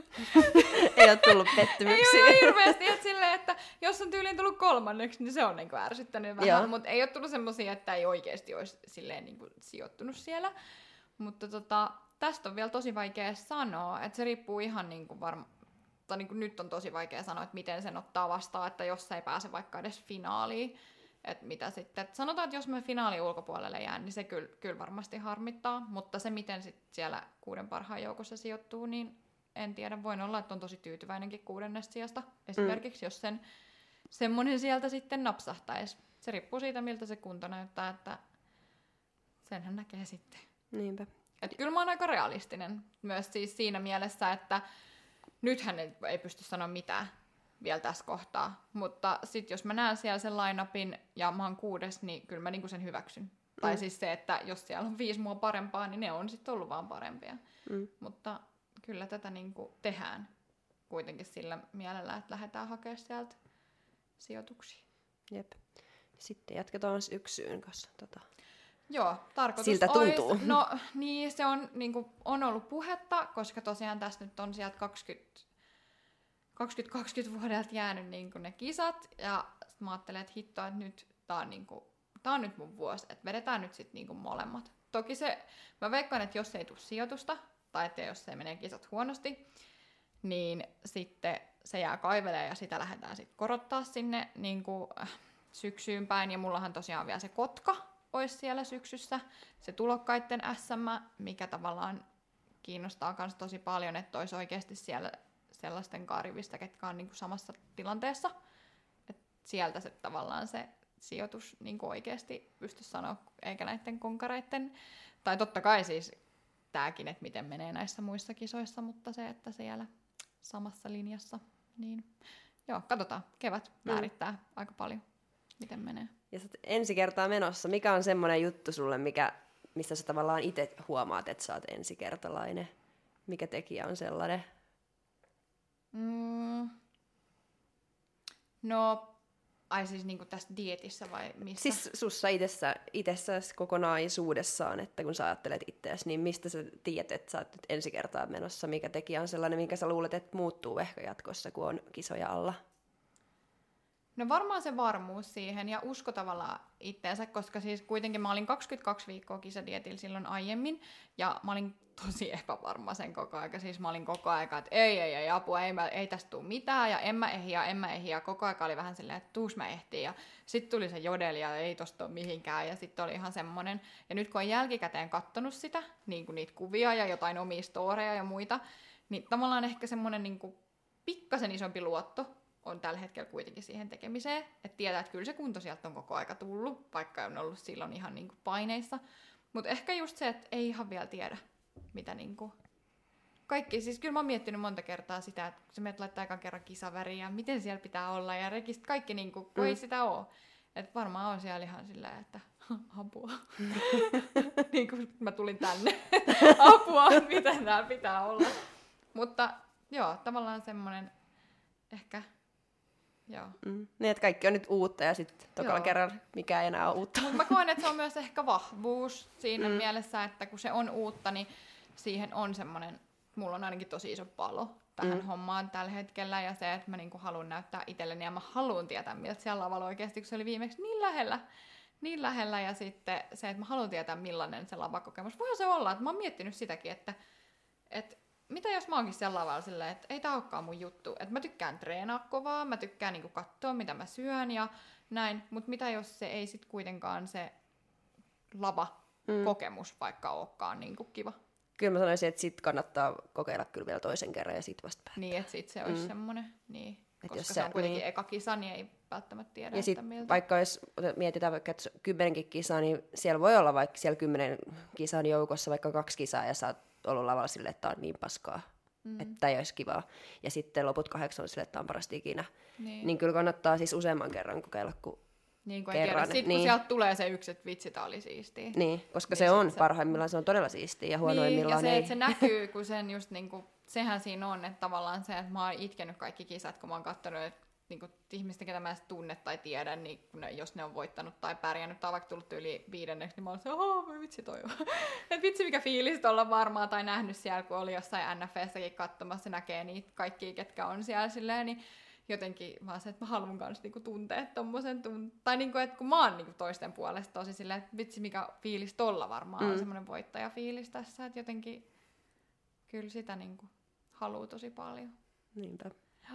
Ei ole tullut pettymyksiä. Ei ole hirveästi, että, silleen, että jos on tyyliin tullut kolmanneksi, niin se on niinku ärsyttänyt vähän, mutta ei ole tullut semmosia, että ei oikeasti olisi silleen niinku sijoittunut siellä. Mutta tota, tästä on vielä tosi vaikea sanoa, että se riippuu ihan niinku varmaan, tai niinku nyt on tosi vaikea sanoa, että miten sen ottaa vastaan, että jos ei pääse vaikka edes finaaliin, että mitä sitten. Et sanotaan, että jos mä finaaliin ulkopuolelle jään, niin se kyllä, kyllä varmasti harmittaa, mutta se miten sit siellä kuuden parhaan joukossa sijoittuu, niin en tiedä, voin olla, että on tosi tyytyväinenkin kuudennesta sijasta. Esimerkiksi, mm. jos sen semmoinen sieltä sitten napsahtaisi. Se riippuu siitä, miltä se kunto näyttää, että senhän näkee sitten. Niinpä. Että kyllä mä oon aika realistinen myös siis siinä mielessä, että nythän ei, ei pysty sanoa mitään vielä tässä kohtaa. Mutta sitten jos mä näen siellä sen line-upin ja mä oon kuudes, niin kyllä mä niinku sen hyväksyn. Mm. Tai siis se, että jos siellä on viisi mua parempaa, niin ne on sitten ollut vaan parempia. Mm. Mutta kyllä tätä niinku tehdään kuitenkin sillä mielellä, että lähdetään hakemaan sieltä sijoituksia. Jep. Sitten jatketaan syksyyn kanssa. Tota. Joo, tarkoitus siltä tuntuu. Ois, no niin, se on, niinku, on ollut puhetta, koska tosiaan tässä nyt on sieltä kaksikymmentä kaksikymmentä vuodelta jäänyt niinku ne kisat, ja sit mä ajattelen, että hitto, että nyt tää on, niinku, tää on nyt mun vuosi, että vedetään nyt sit niinku molemmat. Toki se, mä veikkaan, että jos ei tule sijoitusta, tai että jos se menee kisat huonosti, niin sitten se jää kaivelee ja sitä lähdetään sitten korottaa sinne niinku, äh, syksyyn päin, ja mullahan tosiaan vielä se Kotka olisi siellä syksyssä, se tulokkaitten S M, mikä tavallaan kiinnostaa myös tosi paljon, että olisi oikeasti siellä sellaisten kaarivista, ketkä on niinku samassa tilanteessa. Et sieltä se tavallaan se sijoitus niinku oikeasti pystyisi sanoa, eikä näiden konkareiden. Tai totta kai siis tämäkin, että miten menee näissä muissa kisoissa, mutta se, että siellä samassa linjassa, niin joo, katsotaan. Kevät määrittää mm. aika paljon, miten menee. Ja sä ensi kertaa menossa. Mikä on semmoinen juttu sulle, mikä, missä sä tavallaan itse huomaat, että sä oot ensikertalainen? Mikä tekijä on sellainen? Mm. No, ai siis niinku tässä dietissä vai missä? Siis sussa itsessä, itsessäsi kokonaisuudessaan, että kun sä ajattelet itseäsi, niin mistä sä tiedät, että sä oot nyt ensi kertaa menossa? Mikä tekijä on sellainen, minkä sä luulet, että muuttuu ehkä jatkossa, kun on kisoja alla? No varmaan se varmuus siihen ja usko tavallaan itteensä, koska siis kuitenkin mä olin kaksikymmentäkaksi viikkoa kisadietillä silloin aiemmin, ja mä olin tosi epävarma sen koko ajan. Siis mä olin koko ajan, että ei, ei, ei, apua, ei, ei tästä tule mitään, ja en mä ehdi, ja en mä ehdi, ja koko ajan oli vähän silleen, että tuus mä ehtiin, ja sitten tuli se jodeli, ja ei tosta ole mihinkään, ja sitten oli ihan semmonen, ja nyt kun on jälkikäteen kattonut sitä, niin kuin niitä kuvia, ja jotain omia storeja ja muita, niin tavallaan ehkä semmonen niin kuin pikkasen isompi luotto on tällä hetkellä kuitenkin siihen tekemiseen, että tietää, että kyllä se kunto sieltä on koko aika tullut, vaikka on ollut silloin ihan niin kuin paineissa. Mutta ehkä just se, että ei ihan vielä tiedä, mitä niin kuin kaikki, siis kyllä mä oon miettinyt monta kertaa sitä, että kun sä menet laittaa ekan kerran kisaväriä, miten siellä pitää olla, ja rekist, kaikki niin kuin, kun mm. ei sitä ole. Että varmaan on siellä ihan silleen, että apua. Niin kuin mä tulin tänne. Apua, mitä täällä pitää olla. Mutta joo, tavallaan semmoinen ehkä. Joo. Mm. Niin, että kaikki on nyt uutta ja sitten tokalla kerralla mikä ei enää ole uutta. Mutta mä koen, että se on myös ehkä vahvuus siinä mm. mielessä, että kun se on uutta, niin siihen on semmoinen, mulla on ainakin tosi iso palo tähän mm. hommaan tällä hetkellä, ja se, että mä niinku haluan näyttää itselleni ja mä haluan tietää, miltä siellä lavalla oikeasti, kun se oli viimeksi niin lähellä, niin lähellä, ja sitten se, että mä haluan tietää, millainen se lavakokemus. Voihan se olla, että mä oon miettinyt sitäkin, että, että mitä jos mä oonkin siellä lavalla silleen, että ei tää olekaan mun juttu, että mä tykkään treenaa kovaa, mä tykkään niinku katsoa, mitä mä syön ja näin, mutta mitä jos se ei sit kuitenkaan se lava-kokemus mm. vaikka olekaan niinku kiva. Kyllä mä sanoisin, että sit kannattaa kokeilla kyllä vielä toisen kerran ja sit vasta päättää. Niin, että sit se olisi mm. semmonen, niin, et koska jos se on kuitenkin niin eka kisa, niin ei välttämättä tiedä, ja että sit miltä. Vaikka jos mietitään vaikka, että kymmenenkin kisaa, niin siellä voi olla vaikka siellä kymmenen kisan joukossa vaikka kaksi kisaa ja sä oot ollut lavalla silleen, että tää on niin paskaa, mm. että tää ei olisi kivaa. Ja sitten loput kahdeksan on silleen, että tää on parasta ikinä. Niin. niin kyllä kannattaa siis useamman kerran kokeilla kuin niin kuin kerran. Sitten niin. kun sieltä tulee se yksi, että vitsi, tää oli siistiä. Niin, koska niin se on se parhaimmillaan, se on todella siistiä ja huonoimmillaan niin, ja se, ei. että se näkyy, kun sen just niinku, sehän siinä on, että tavallaan se, että mä oon itkenyt kaikki kisat, kun mä oon katsonut, että niinku, ihmistä, ketä mä edes tunne tai tiedä, niin ne, jos ne on voittanut tai pärjännyt tai vaikka tullut yli viidenneksi, niin mä oon se, oho, voi vitsi toi on. Että vitsi mikä fiilis olla varmaan tai nähnyt siellä, kun oli jossain N F S:ssäkin katsomassa, näkee niitä kaikkia, ketkä on siellä silleen, niin jotenkin vaan se, että mä haluan kanssa niinku tuntea tommosen tun... Tai niinku, että kun mä oon niinku toisten puolesta tosi silleen, että vitsi mikä fiilis tolla varmaan mm. on semmoinen voittajafiilis tässä, että jotenkin kyllä sitä niinku haluu tosi paljon. Niinpä.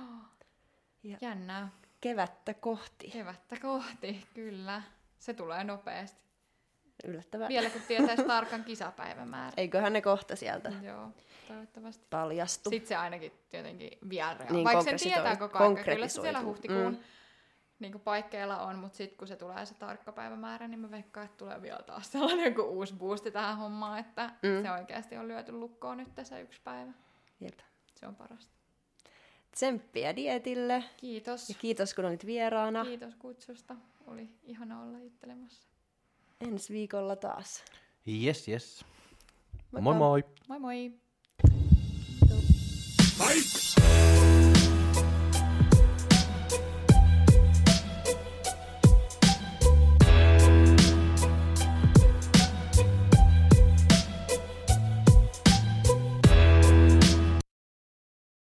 Ja jännää. Kevättä kohti. Kevättä kohti, kyllä. Se tulee nopeasti. Yllättävää. Vielä kun tietäisi tarkan kisapäivämäärän. Eiköhän ne kohta sieltä Joo, toivottavasti. paljastu. Sitten se ainakin jotenkin vielä reagoisi. Niin, Vaikka sen tietää koko ajan, kyllä se siellä konkretisoituu. huhtikuun Mm. niin paikkeilla on, mutta sitten kun se tulee se tarkka päivämäärä, niin mä veikkaan, että tulee vielä taas sellainen joku uusi boosti tähän hommaan, että Mm. se oikeasti on lyöty lukkoon nyt se yksi päivä. Jep. Se on parasta. Tsemppiä dietille. Kiitos. Ja kiitos, kun olit vieraana. Kiitos kutsusta. Oli ihana olla juttelemassa. Ensi viikolla taas. Yes, yes. Moikka. Moi moi! Moi moi! Fight!